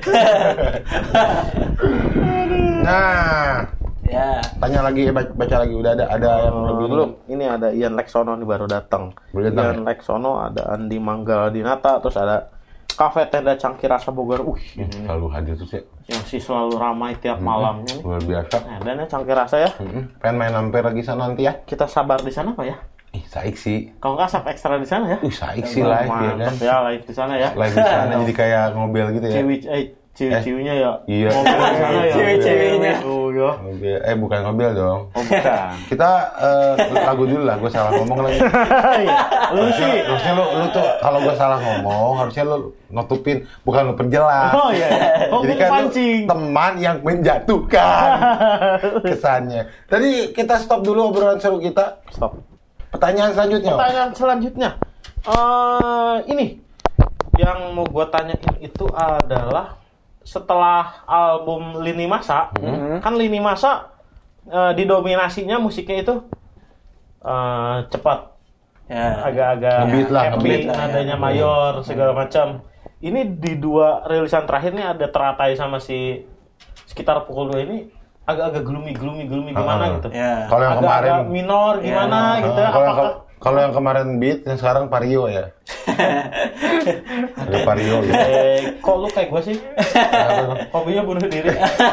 Nah, Ya. tanya lagi, eh, baca, baca lagi udah ada ada yang lebih Belum, ini ada Ian Leksono nih baru datang. Baru datang, Ian Leksono, ada Andi Manggaladinata, terus ada Cafe Tenda Cangkir Rasa Bogor. Uh, ini selalu hadir terus ya, yang sih selalu ramai tiap malamnya nih. luar biasa. Nah, dan ya Cangkir Rasa ya. Mm-mm. Pengen main ampere lagi sana nanti ya? Kita sabar di sana Pak ya. Ih, saik sih. Kalau nggak sub ekstra di sana ya. Uh, saik sih live ya kan. Mantap ya live di sana ya. Live di sana jadi kayak ngobel gitu ya. Ciwi eh ciwi-ciwinya ya. Iya. Mobil di sana ya. Ciwi-ciwinya. Oh ya. Ngobel. Eh, bukan ngobel dong. Oh bukan. Kita eh, lagu dulu lah, gue salah ngomong lagi. Lu sih. Harusnya lu, lu tuh kalau gue salah ngomong, harusnya lu nutupin, bukan lu perjelas. Oh iya. Oh, Jadi gua kan lu pancing. teman yang menjatuhkan kesannya. Tadi kita stop dulu obrolan seru kita. Stop. Pertanyaan selanjutnya. Pertanyaan selanjutnya. Eh ini yang mau gue tanyain itu adalah setelah album Lini Masa, kan Lini Masa eh, didominasinya musiknya itu eh, cepat, Ya. agak-agak Ngebeat lah, happy, ngebeat lah, ya. nadanya mayor segala macam. Ini di dua rilisan terakhir nih ada Teratai sama si sekitar pukul dua ini agak-agak gloomy gloomy gloomy gimana Ah, gitu. Ya. Kalau yang Agak-agak kemarin minor gimana Ah, gitu ya. kalau yang, Apakah ke- kalau yang kemarin beat, yang sekarang Vario ya. Ada Vario gitu. eh, kok lu kayak gue sih? Hobinya bunuh diri.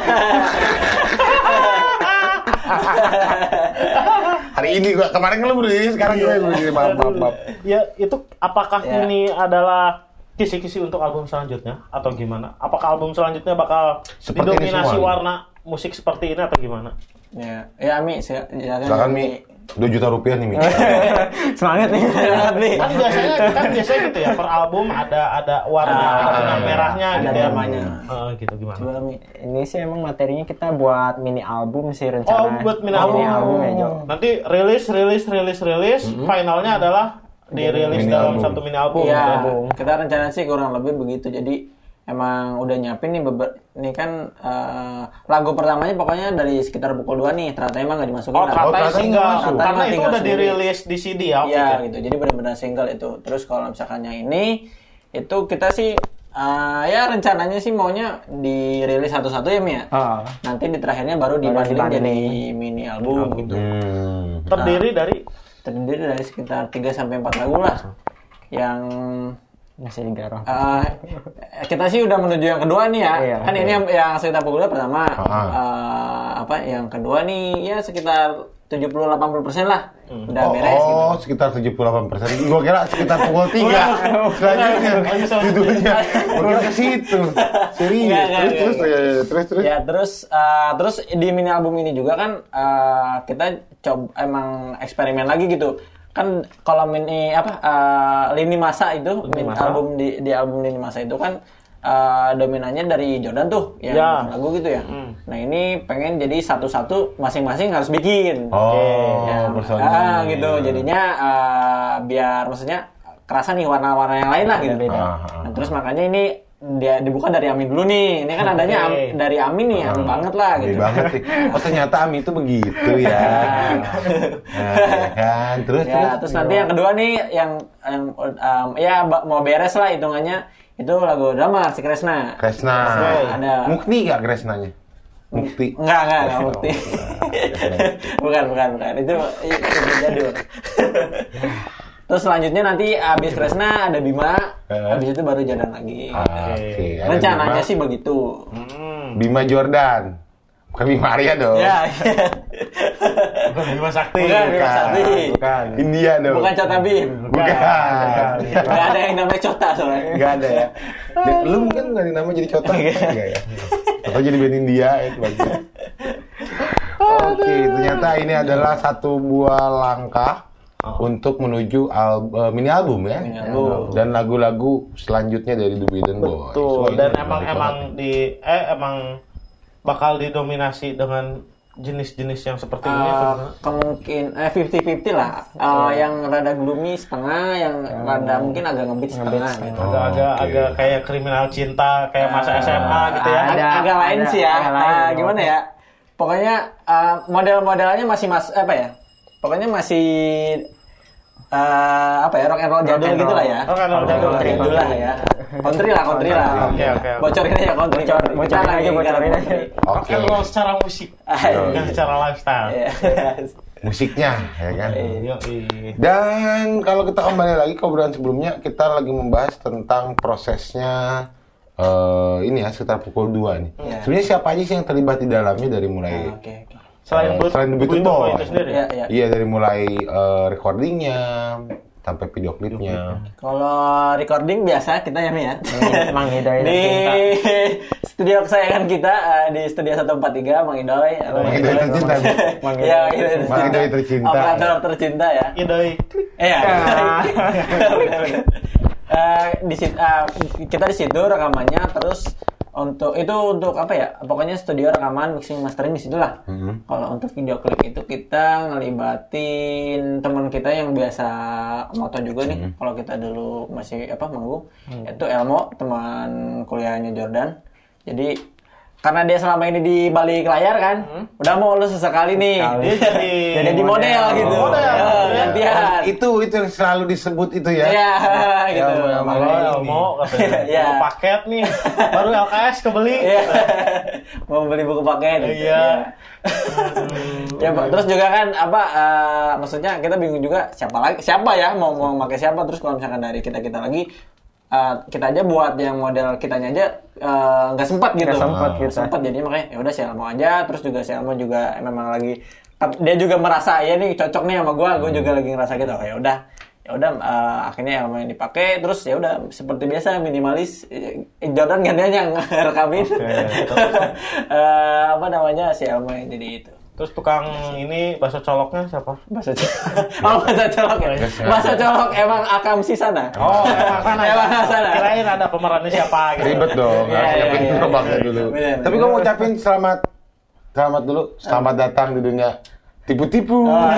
Hari ini gua kemarin kan lu bunuh diri, sekarang gue bunuh diri. Maaf, maaf, maaf. Ya itu apakah Ya. ini adalah kisi-kisi untuk album selanjutnya atau gimana? Apakah album selanjutnya bakal Seperti ini didominasi semua, warna musik seperti ini atau gimana? Ya. Ya, Mi, sil- silakan. Silakan Mi, dua juta rupiah nih Mi. Semangat nih. Semangat nih. Kan biasanya kan biasanya gitu ya, per album ada ada warna Ah, ada benang merahnya ada gitu ya. namanya. Eh, gitu gimana? Coba, Mi. Ini sih emang materinya kita buat mini album sih rencana. Oh, buat mini album. album ya, Jo. Nanti rilis rilis rilis rilis, finalnya adalah dirilis Mini dalam album. satu mini album. Iya, gitu. kita rencana sih kurang lebih begitu. Jadi emang udah nyiapin nih beber ini kan eh, lagu pertamanya pokoknya dari sekitar pukul dua nih. Ternyata emang nggak dimasukin. Oh, lah. Teratai Teratai single. nggak masuk. Karena Teratai itu tinggal udah sendiri. dirilis di C D ya. Iya oke. gitu. Jadi benar-benar single itu. Terus kalau misalkan yang ini itu kita sih eh, ya rencananya sih maunya dirilis satu-satu ya Mi ya. Ah. Nanti di terakhirnya baru dibandingin dibandingin. jadi mini album gitu. Hmm. Terdiri dari Terdiri dari sekitar tiga sampai empat lagu lah. Yang Masih digarong. Eh, kita sih udah menuju yang kedua nih ya. Iya. Kan ini yang, yang sekitar pukul dua pertama Ah. eh, apa yang kedua nih ya sekitar tujuh puluh sampai delapan puluh persen lah udah oh, beres gitu. Oh, sekitar tujuh puluh delapan persen. Gua kira sekitar pukul tiga. Selanjutnya judulnya mungkin ke situ. Serius. Enggak, enggak, Terus terus enggak. ya, ya, terus terus. Ya terus uh, terus di mini album ini juga kan uh, kita coba emang eksperimen lagi gitu. Kan kalau mini apa uh, lini masa itu Lini mini masa. album di di album lini masa itu kan uh, dominannya dari Jordan tuh yang Ya. lagu gitu ya. Hmm. Nah ini pengen jadi satu-satu masing-masing harus bikin. Oh, Ya, personil. ah, gitu. Jadinya uh, biar maksudnya kerasa nih warna-warna yang lain lah gitu. Beda-beda. Ah, ah, Nah, terus makanya ini dia dibuka dari Amin dulu nih. Ini kan adanya Am- dari Amin nih, Amin banget lah Gede gitu. banget sih. Oh ternyata Ami itu begitu ya. Nah, ya kan. Terus Ya, terus nanti yang kedua nih yang yang um, ya ba- mau beres lah hitungannya itu lagu drama si Kresna. Kresna. Ada. Mukti gak Kresnanya? Mukti. Enggak, enggak, enggak Oh, bukti. enggak. bukan, bukan, bukan. Itu itu jadul. Terus selanjutnya nanti abis Kresna ada Bima, Eh. abis itu baru Jordan lagi. Ah, Oke. Ada Rencananya Bima. sih begitu. Hmm. Bima Jordan. Bukan Bima Arya dong. Ya, iya. Bukan Bima Sakti. Bukan, Bima Sakti. Bukan. India dong. Bukan Cota Bim. Bukan. Enggak ada yang namanya Cota soalnya. Gak ada ya. Ja- Lu mungkin nggak nama jadi Cota? Enggak ya. Atau jadi band India itu bagus. Oke, ternyata ini adalah satu buah langkah untuk menuju al- eh, mini album ya. Mini album. Dan lagu-lagu selanjutnya dari The Beaten Boys. Betul. Wah, ini Dan menarik emang banget emang nih. di eh emang bakal didominasi dengan jenis-jenis yang seperti ini atau Uh, gimana? kemungkin eh fifty fifty lah. Uh, yang rada gloomy setengah, yang rada mungkin agak ngebeat setengah gitu. Agak-agak oke. agak kayak kriminal cinta kayak masa S M A gitu ya. Ah, agak, agak lain ada- sih ya. agak lain, Ah, gitu. gimana ya? Pokoknya uh, model-modelnya masih mas apa ya? Pokoknya masih uh, apa ya rock and roll jadul and gitu roll. lah ya. Rock and roll jadul. Country jadul lah ya. Country lah, country lah. Oke, oke, oke. Bocorin aja country. Bocor- country. bocorin Kita aja, lagi bocorin garap aja. country. Rock Oke. and roll secara musik, Ah, bukan secara lifestyle. Iya. Musiknya ya kan. Yoi. Dan kalau kita kembali lagi ke obrolan sebelumnya, kita lagi membahas tentang prosesnya eh, ini ya sekitar pukul dua nih. Iya. Sebenarnya siapa aja sih yang terlibat di dalamnya dari mulai Oke, oke. Selain Eh, But- selain The Beaten Beaten Boy Boys. itu sendiri. Iya, iya. Iya dari mulai eh, recordingnya sampai video klipnya. Kalau recording biasa kita ya nih ya. Mang Idoy Di tercinta. studio kesayangan kita eh, di studio seratus empat puluh tiga Mang Idoy. Mang Idoy tercinta. Mang Idoy. Iya, Idoy tercinta. Mang Idoy tercinta. Operator tercinta ya. Idoi. Iya. Benar-benar. Eh, di situ eh, kita di situ rekamannya terus untuk itu untuk apa ya? Pokoknya studio rekaman mixing mastering di situ lah. Mhm. Kalau untuk video klip itu kita ngelibatin teman kita yang biasa moto juga nih. Kalau kita dulu masih apa manggung, itu Elmo teman kuliahnya Jordan. Jadi karena dia selama ini di balik layar kan, udah mau lu sesekali nih. Dia jadi Jadi di model gitu. Model. Ya, gantian. Itu itu yang selalu disebut itu ya. Iya, gitu. Elmo, Elmo. Kalau Makanya ini. Elmo katanya Iya. mau paket nih, baru L K S kebeli. Iya. Mau beli buku paket. gitu. Iya. Ya, Pak. Terus juga kan apa eh, maksudnya kita bingung juga siapa lagi siapa ya mau mau pakai siapa terus kalau misalkan dari kita-kita lagi eh, kita aja buat yang model kitanya aja eh, nggak sempat gitu. Nggak sempat Nggak kita. sempat jadi makanya ya udah si Elmo aja terus juga si Elmo juga memang lagi dia juga merasa ya nih cocok nih sama gua, gua juga lagi ngerasa gitu. Oh, ya udah. Ya udah eh, akhirnya Elmo yang dipakai terus ya udah seperti biasa minimalis eh, Jordan gantian yang rekamin. Eh, apa namanya si Elmo yang jadi itu. Terus tukang ini bakso coloknya siapa? Bahasa colok. Oh, bahasa colok ya. Bahasa colok emang Akam si sana. Oh, emang sana. Emang sana. Kirain ada pemerannya siapa gitu. Ribet dong, Iya, harus iya, nyiapin iya. gerobaknya dulu. Bener, Tapi bener. gue mau ucapin selamat, selamat dulu, selamat datang di dunia tipu-tipu. Oh,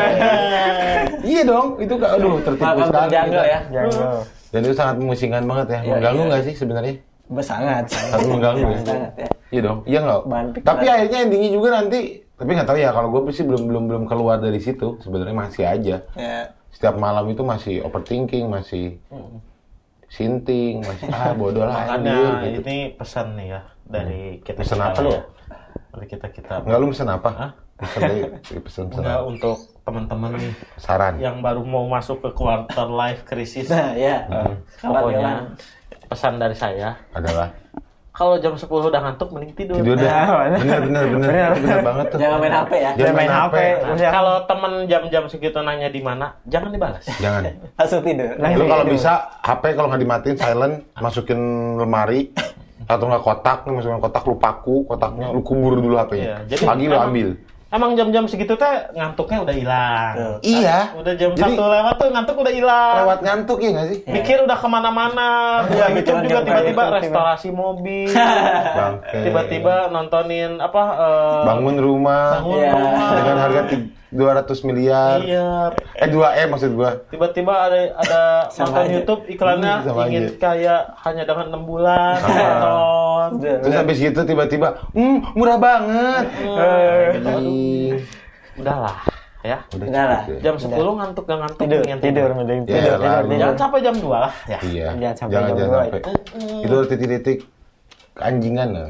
Iya dong, itu kak, aduh tertipu Makan sekali. terjangkau ya. Jangan. Dan itu sangat memusingkan banget ya, Iya, mengganggu iya. nggak sih sebenarnya? Sangat. Sangat mengganggu ya. Sangat ya. Iya dong, iya nggak? Bahan pikiran. Tapi akhirnya endingnya juga nanti, tapi nggak tahu ya. Kalau gue sih belum belum belum keluar dari situ. Sebenarnya masih aja. Ya. Setiap malam itu masih overthinking, masih sinting, masih ah bodoh lah. Makanya anjir, gitu. ini pesan nih ya dari kita. Pesan apa lu? Dari kita kita. Enggak lu pesen apa? Pesen dari pesen-pesen Enggak apa? untuk teman-teman nih Saran. yang baru mau masuk ke quarter life crisis. Nah, ya. Eh, Kabar pokoknya jalan. pesan dari saya Adalah kalau jam sepuluh udah ngantuk mending tidur. Tidur dah. Bener bener bener bener banget tuh. Jangan main H P ya. Jangan main H P. Nah, kalau temen jam-jam segitu nanya di mana, jangan dibalas. Jangan. Langsung tidur. Lu kalau bisa H P kalau nggak dimatiin silent, masukin lemari atau nggak kotak, nih masukin kotak lu paku, kotaknya lu kubur dulu H P-nya. Iya, jadi Pagi lu emang- ambil. Emang jam-jam segitu teh ngantuknya udah hilang. Iya. Udah jam Jadi- satu lewat tuh ngantuk udah hilang. Lewat ngantuk ya nggak sih? Mikir udah kemana-mana. Ya, Iya, itu pikiran juga jam tiba-tiba berapa itu, restorasi mobil. Bangke. Tiba-tiba nontonin apa? eh, Bangun rumah bangun Iya. rumah. dengan harga ti- dua ratus miliar. Iya. Eh dua M maksud gua. Tiba-tiba ada ada Sama nonton aja. YouTube iklannya Hmm, sama ingin aja. kaya hanya dengan enam bulan nonton. Terus habis itu tiba-tiba, hmm murah banget. Anjing. Udahlah ya. Udah lah. cukup ya. Jam sepuluh ngantuk gak ngantuk Tidur, pengen tidur, mending Ya, tidur, lah, tidur, lu. tidur. Jangan sampai jam dua lah ya. Iya. Jangan sampai jangan jam jangan dua. sampai. Itu titik-titik keanjingan lah.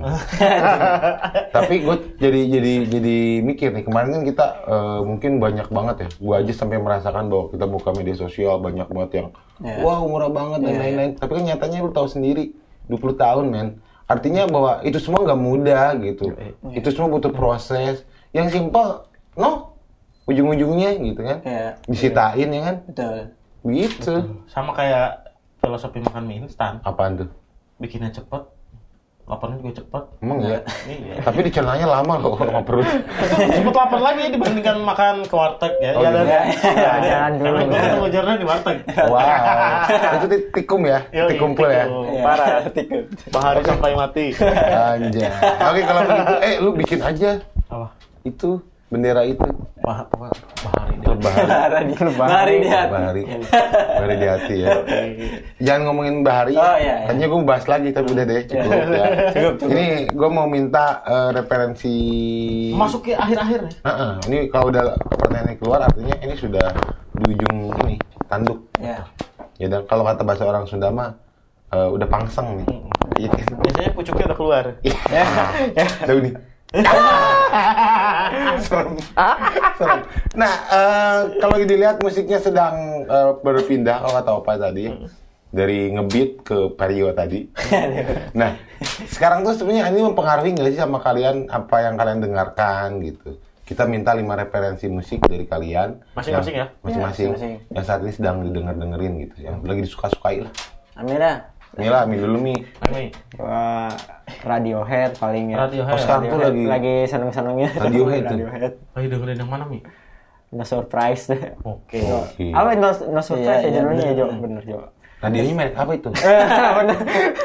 Tapi gue jadi jadi jadi mikir nih kemarin kan kita eh, mungkin banyak banget ya. Gue aja sampai merasakan bahwa kita buka media sosial banyak banget yang Iya. wah murah banget dan Iya, lain-lain. Tapi kan nyatanya lu tahu sendiri dua puluh tahun men. Artinya bahwa itu semua nggak mudah gitu. Itu semua butuh proses. Yang simpel, no, ujung-ujungnya gitu kan. Iya. Disitain ya kan. Betul. Begitu. Sama kayak filosofi makan mie instan. Apaan tuh? Bikinnya cepet, laparnya juga cepet. Emang ya? Iya. Tapi dicelanya lama loh sama perut. Cepet lapar lagi dibandingkan makan ke warteg ya. Oh, Iya, iya. dan- Ya, jangan dulu. Karena gue ketemu Jarna di warteg. Wow. Itu ti- tikum ya? Yoi, Tikumpul ya? tikum. Iya. Parah. Tikus. Bahari sampai mati. Anjay. Oke kalau begitu, eh lu bikin aja Apa? itu bendera itu. Bah apa? Bahari deh. Bahari. Bahari di hati. Bahari. Bahari di hati ya. Jangan ngomongin Bahari. Oh, iya, iya. Tadinya gue mau bahas lagi tapi udah deh cukup ya. Cukup, cukup. Ini gue mau minta eh, referensi. Masuk ke akhir-akhir nih. Heeh, ini kalau udah pertanyaannya keluar artinya ini sudah di ujung ini tanduk. Ya. Ya dan kalau kata bahasa orang Sunda mah eh, udah pangseng nih. Iya kan? Biasanya pucuknya udah keluar. Ya. Tahu nih. Serem. Serem. Nah, eh, kalau dilihat musiknya sedang eh, berpindah kalau kata Opa tadi dari ngebeat ke Vario tadi. Nah, sekarang tuh sebenarnya ini mempengaruhi nggak sih sama kalian apa yang kalian dengarkan gitu? Kita minta lima referensi musik dari kalian. Masing-masing yang- ya? Masing-masing. Ya, masing-masing. Yang saat ini sedang didengar-dengerin gitu. Yang lagi disuka-sukai lah. Amira. Mila, Mi dulu Mi. Ini Wah, Radiohead paling ya. Radiohead. Oh, sekarang tuh lagi lagi seneng-senengnya. Radiohead tuh. Radiohead. lagi dengerin yang mana, Mi? No surprise deh. Oke. Oke. Apa no, no surprise Iya, ya iya, judulnya ya, bener. Jo? Bener, Jo. Radionya merek apa itu? Bener.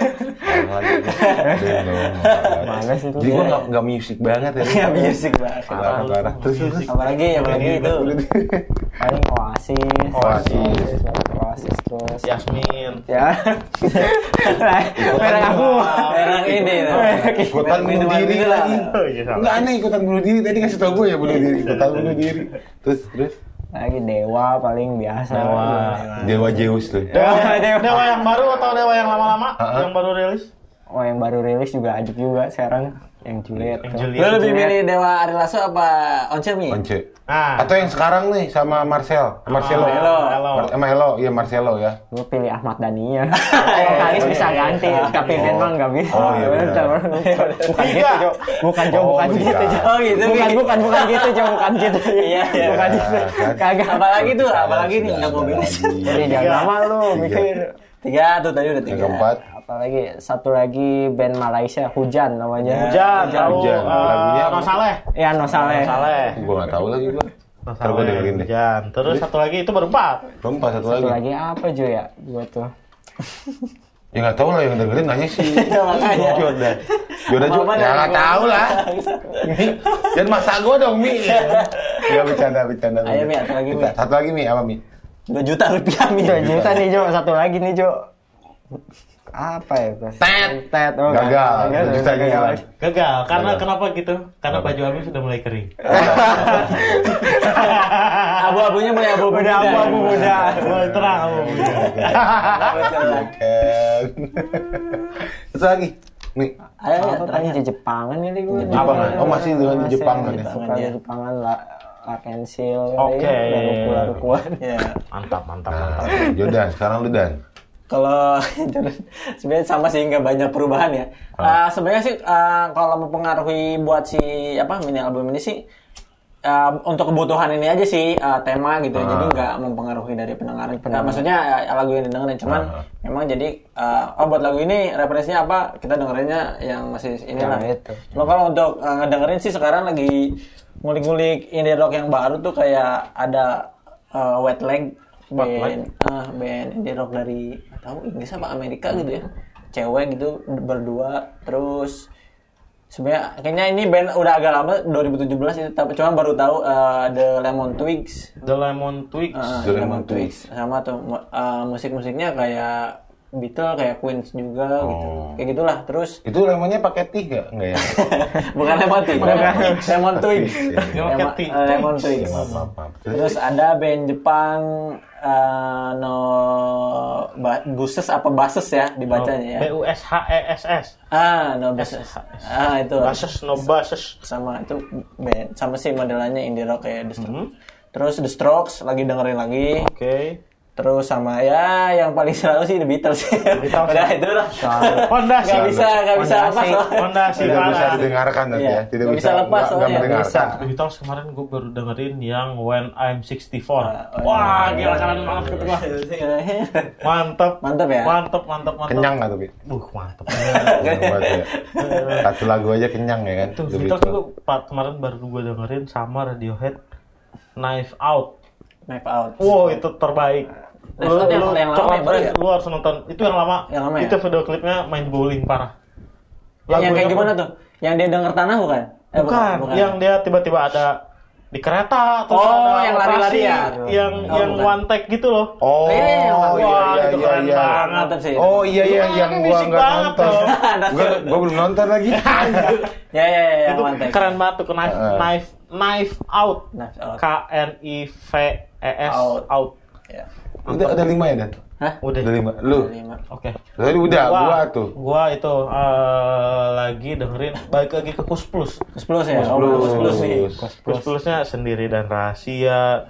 Belum. Males itu. Jadi gua nggak nggak musik banget ya. Ya musik banget. Parah parah. Terus terus. Apalagi apalagi itu. Paling Oasis. Oasis. Oasis terus. Yasmin. Ya. Merek aku. Merek ini. tuh. Ikutan Merek bunuh minuman diri mineral. lagi. Oh, iya, salah. Enggak aneh ikutan bunuh diri. Tadi kasih tau gue ya bunuh diri. Ikutan bunuh diri. Terus terus. Lagi Dewa paling biasa. Dewa. Dewa Zeus tuh. Dewa, Dewa. Dewa yang baru atau Dewa yang lama-lama? Ha-ha. Yang baru rilis? Oh, yang baru rilis juga ajib juga sekarang. Yang Juliet. Yang tuh. Juliet. Lu lebih milih Dewa Ari Lasso apa Once Mi? Once. Nah. Atau yang sekarang nih sama Marcel. Marcelo. Elo. Elo. Mar- Sama Elo. Iya Marcelo ya. Gue pilih Ahmad Dhania. Vokalis bisa ganti, tapi band mah nggak bisa. Oh, iya benar. Bukan gitu, Jo. Bukan Jo, Oh, bukan bisa. gitu, Jo. Oh, gitu, Bukan, Mi. bukan, bukan gitu, Jo. Bukan gitu. Iya, iya. Bukan gitu. kan? Kagak. Apalagi tuh, apalagi nih Sudah nggak mau ada milih. lagi. Jadi jangan lama lu mikir. Tiga tuh tadi udah Yang tiga. keempat. Apalagi satu lagi band Malaysia, Hujan namanya. Hujan, tahu. Hujan. eh, Lagunya apa? No Saleh. Ya, No Saleh. No Saleh. Gue nggak tahu lagi gue. No Ntar gue dengerin deh. Hujan. Terus satu lagi itu baru empat. Rompa satu Satu lagi. lagi apa, Jo ya? Gue tuh. Ya nggak tahu lah yang dengerin nanya sih. Ya, makanya. Jodan. Jodan juga. Mama Ya dari nggak gua. tahu lah. Jangan masak gue dong Mi. Ya bercanda bercanda. Ayo, Mi, satu lagi, Mi. Kita- Satu lagi Mi apa Mi? Dua juta rupiah Mi. Dua juta nih, Jo. Satu lagi nih, Jo. Apa ya, Bos? Tet. Tet. Oh, Gagal. gagal. Dua juta Gagal. hilang. Gagal. Karena Gagal. kenapa gitu? Karena baju Ami sudah mulai kering. Abu-abunya mulai abu-abu. Udah muda. abu-abu muda. Mulai terang kamu. Kan. Satu lagi. Mi. Ayo, ya, Apa terakhir. tadi di Jepangan kali gue. Jepangan. Oh, masih dengan di Jepangan ya? Suka di Jepangan lah. Arkansas. Oke. Rukuan. Ya. Mantap, mantap, Nah, mantap. Jodan, sekarang lu Dan. Kalau sebenarnya sama sih, nggak banyak perubahan ya. Uh, sebenarnya sih uh, kalau mempengaruhi buat si apa mini album ini sih uh, untuk kebutuhan ini aja sih uh, tema gitu. Uh. Jadi nggak mempengaruhi dari pendengaran. Nah, maksudnya uh, lagu yang didengerin cuman uh. memang jadi uh, oh buat lagu ini referensinya apa kita dengerinnya yang masih inilah. Ya, itu. Cuma kalau untuk uh, ngedengerin sih sekarang lagi ngulik-ngulik indie rock yang baru tuh kayak ada uh, Wet Leg. Band, ah band indie rock dari tahu Inggris apa Amerika gitu ya, cewek gitu berdua. Terus sebenarnya kayaknya ini band udah agak lama dua ribu tujuh belas itu, tapi cuma baru tahu uh, The Lemon Twigs. The Lemon Twigs. Uh, The Lemon Lemon Twigs sama tuh uh, musik-musiknya kayak Beatles, kayak Queens juga gitu, Oh. kayak gitulah. Terus Itu lemonnya pakai tiga enggak ya? bukan Lemon Twigs, Lemon Twigs, Iya. Lemon, uh, Lemon Twigs. Maaf, maaf, maaf. Terus ada band Jepang uh, no ba- buses apa bases ya dibacanya B ya. U S H E S S. Ah, no buses. Ah, itu. Bases no bases. Sama itu band sama sih modelannya indie rock kayak The Strokes. Terus The Strokes lagi dengerin lagi. Oke. Okay. Terus sama ya yang paling selalu sih The Beatles. Beatles. Udah itu lah. Fondasi. Gak bisa, gak bisa lepas soalnya. Fondasi Tidak bisa parah. didengarkan nanti Iya. ya. Tidak Nggak bisa bisa lepas nggak- nggak soalnya. mendengarkan. The Beatles kemarin gue baru dengerin yang When I'm sixty-four. Oh, Wah, iya. gila keren banget gitu gua. Mantep. Mantep ya? Mantep, mantep, mantep. Kenyang nggak tuh, Bi? Buh, mantep. Kenyang banget ya. Satu lagu aja kenyang ya kan? Tuh, The Beatles Beatles. juga pa- kemarin baru gue dengerin sama Radiohead Knife Out. Knife Out. Wow, itu terbaik. Knife Out yang- yang lama coklat ya, baru ya? Lu harus nonton. Itu yang lama. Yang lama ya? Itu video klipnya main bowling parah. Yang, yang kayak Lagunya gimana pun- tuh? Yang dia denger tanah bukan? Eh, Bukan, yang dia tiba-tiba ada di kereta terus Oh, ada yang operasi, lari-lari ya? yang Oh, yang bukan. one take gitu loh. Oh, Ini yang iya, lagu. iya, Wah, iya, itu iya, keren iya. banget. Mantap sih. Oh iya iya Itu yang kan gua musik nggak banget nonton. tuh. Gua gua belum nonton lagi. Ya ya ya, yang Itu one take. keren banget tuh knife Uh. knife knife out. Knife Out. K N I V E S Out. out. Ya. Udah ada lima ya Dan? Hah? Udah. Ada lima. Lu? Lima. Oke. Tadi udah Gua, gua tuh. Gua itu eh, lagi dengerin balik lagi ke Kus Plus. Kus Plus ya? Kus Oh, Plus. Kus Plus nih. Kus Plusnya Sendiri dan Rahasia,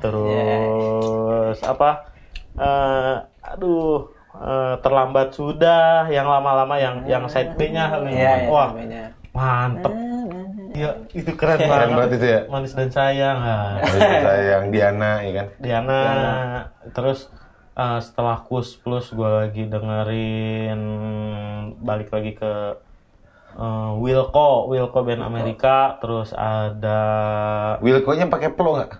terus apa? eh, aduh, eh, Terlambat Sudah, yang lama-lama yang yang side B-nya. Iya, iya. Wah, namanya. mantep. Ya, itu keren Keren banget. banget itu ya. Manis dan Sayang. ah. Sayang Diana ya kan. Diana. Terus eh, setelah Kus Plus gue lagi dengerin balik lagi ke eh, Wilco, Wilco band Amerika. Terus ada Wilco-nya pakai plo nggak?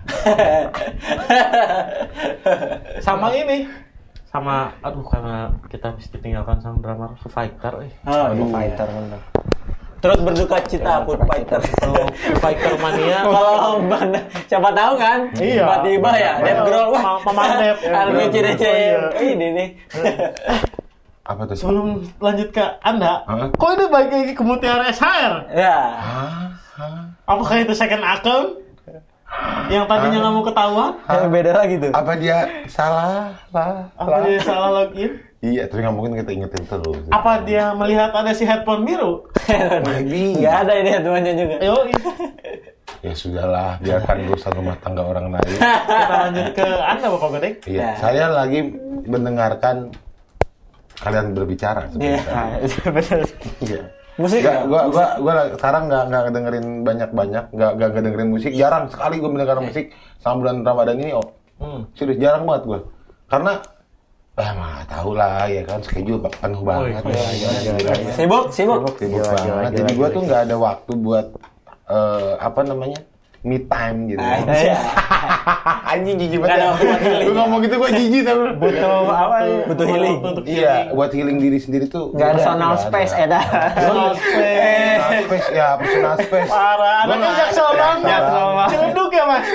sama ini, sama aduh karena kita habis ditinggalkan sama drummer Foo Fighter. Eh. Oh, Aduh, iya. fighter bener. Terus berduka cita Food Fighter. Kalau Foo Fighter mania. Kalau mana siapa tahu kan? Iya. Tiba-tiba ya, Dev Grohl wah. Paman Dev. Army C D C. Oh, iya. Ini nih. Apa tuh? Sebelum lanjut ke Anda, Hah? kok ini balik lagi ke Mutiara S H R? Ya. Hah? Hah? Apakah itu second account? Yang tadinya nggak mau ketahuan? Yang beda lagi tuh. Apa dia salah? Lah. Apa dia salah login? Iya, tapi nggak mungkin kita ingetin terus. Apa dia melihat ada si headphone biru? Maybe. Enggak ada ini temannya juga. Yo, Ya sudahlah, biarkan urusan rumah tangga orang lain. kita lanjut ke Anda Bapak Godek. Iya, Ya. saya lagi mendengarkan kalian berbicara Iya. sebentar. Iya. Musik Nggak, nggak? gua, gua, gua sekarang nggak nggak dengerin banyak-banyak, nggak nggak nggak dengerin musik. Jarang sekali gua mendengarkan musik sama bulan Ramadan ini. Oh, Hmm. serius jarang banget gua. Karena, eh mah tahu lah ya kan schedule penuh banget. iya, ya, iya, ya, iya, ya. Sibuk, sibuk. Sibuk Gila, banget. gila, Jadi gila, gua gila. tuh nggak ada waktu buat eh, apa namanya me time gitu. Anjay. Anjing jijik Nggak ada banget. waktu buat healing. Lu ngomong gitu gua jijik tapi. Butuh apa ya? Butuh healing. Untuk Iya, buat healing diri sendiri tuh Nggak ada. nggak Personal space, Eda. Personal space. Personal space, ya personal space. Parah, Gua anaknya nggak jaksel ada. banget. Jaksel banget. Celuduk ya, Mas?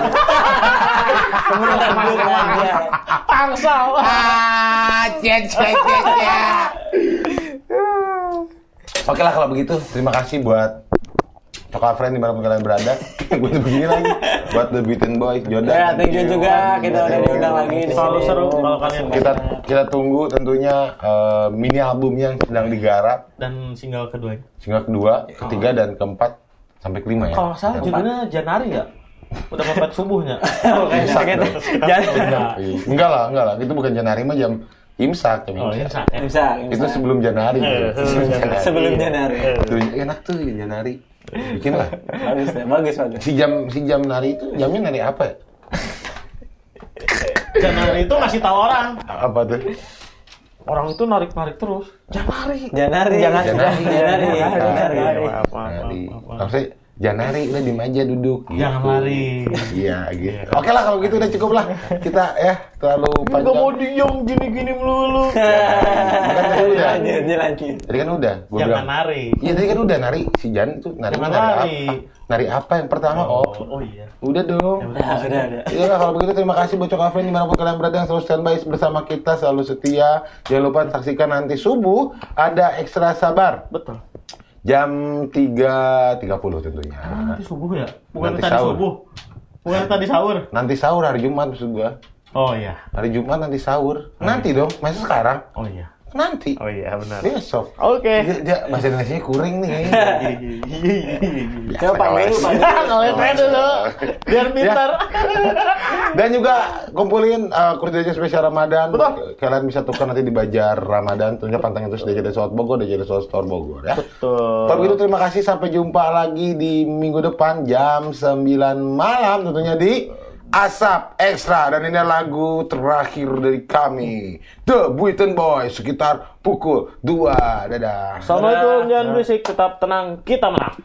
Sibuk aja. Pangsal. Ah, cek cek cek cek. Oke lah kalau begitu, terima kasih buat Coklat Friend dimanapun kalian berada. Gue tuh begini lagi buat The Beaten Boys, Jordan. Ya, thank you juga. Kita udah diundang lagi di Selalu sini. seru kalau kalian Kita kita tunggu tentunya eh, mini albumnya yang sedang digarap, dan single keduanya. single kedua, ketiga dan keempat sampai kelima ya. Kalau nggak salah judulnya Janari ya? Udah mepet subuhnya. Bukan Bisa, gitu. dong. Jangan. Enggak, enggak lah, enggak lah. Itu bukan Janari mah jam Imsak. Oh, imsak. Bisa, Itu bisa. sebelum Januari. Eh, sebelum Januari. Sebelum Januari. Tuh, enak tuh Januari. Bikin lah. Bagus deh, bagus bagus. Si jam si jam nari itu jamnya nari apa ya? Januari itu ngasih tahu orang. Apa tuh? Orang itu narik-narik terus. Januari. Januari, jangan Janari. Januari, Janari. Januari. Maaf, maaf, Nari. maaf, maaf. Harusnya Janari udah di meja duduk. Jangan gitu. lari. Iya gitu. Oke lah kalau gitu udah cukup lah. Kita ya terlalu panjang. Gak mau diem gini-gini melulu. Kan tadi udah. Lanjut, lanjut. Tadi kan udah. Gua Jangan bilang. nari. Iya tadi kan udah nari. Si Jan itu nari Jangan nari lari. apa? Nari apa yang pertama? Oh, Oh, oh iya. udah dong. Udah, udah, udah. Iya lah, kalau begitu terima kasih Bocok Cafe dimanapun kalian berada yang selalu standby bersama kita, selalu setia. Jangan lupa saksikan nanti subuh ada Ekstra Sabar Betul. jam tiga tiga puluh tentunya. Ah, nanti subuh ya? Bukan Nanti tadi sahur. subuh. Bukan tadi sahur. Nanti sahur hari Jumat maksud gua. Oh iya. Hari Jumat nanti sahur. Nanti dong, masa sekarang? Oh iya. Nanti. Oh iya benar. Besok. Oke. Dia, dia bahasa Indonesianya kuring nih kayaknya. Coba panggil dulu, panggil dulu. Ngeles aja dulu. Biar pintar. Dan juga kumpulin uh, kurs D J spesial Ramadan. Betul. Kalian bisa tukar nanti di Bajar Ramadan. Tentunya pantengin terus D J Desot Bogor, D J Desot Store Bogor ya. Betul. Kalau begitu terima kasih, sampai jumpa lagi di minggu depan jam sembilan malam tentunya di Asap Ekstra. Dan ini lagu terakhir dari kami, The Buiten Boys, sekitar pukul dua. Dadah. Assalamualaikum, jangan berisik, tetap tenang, kita menang.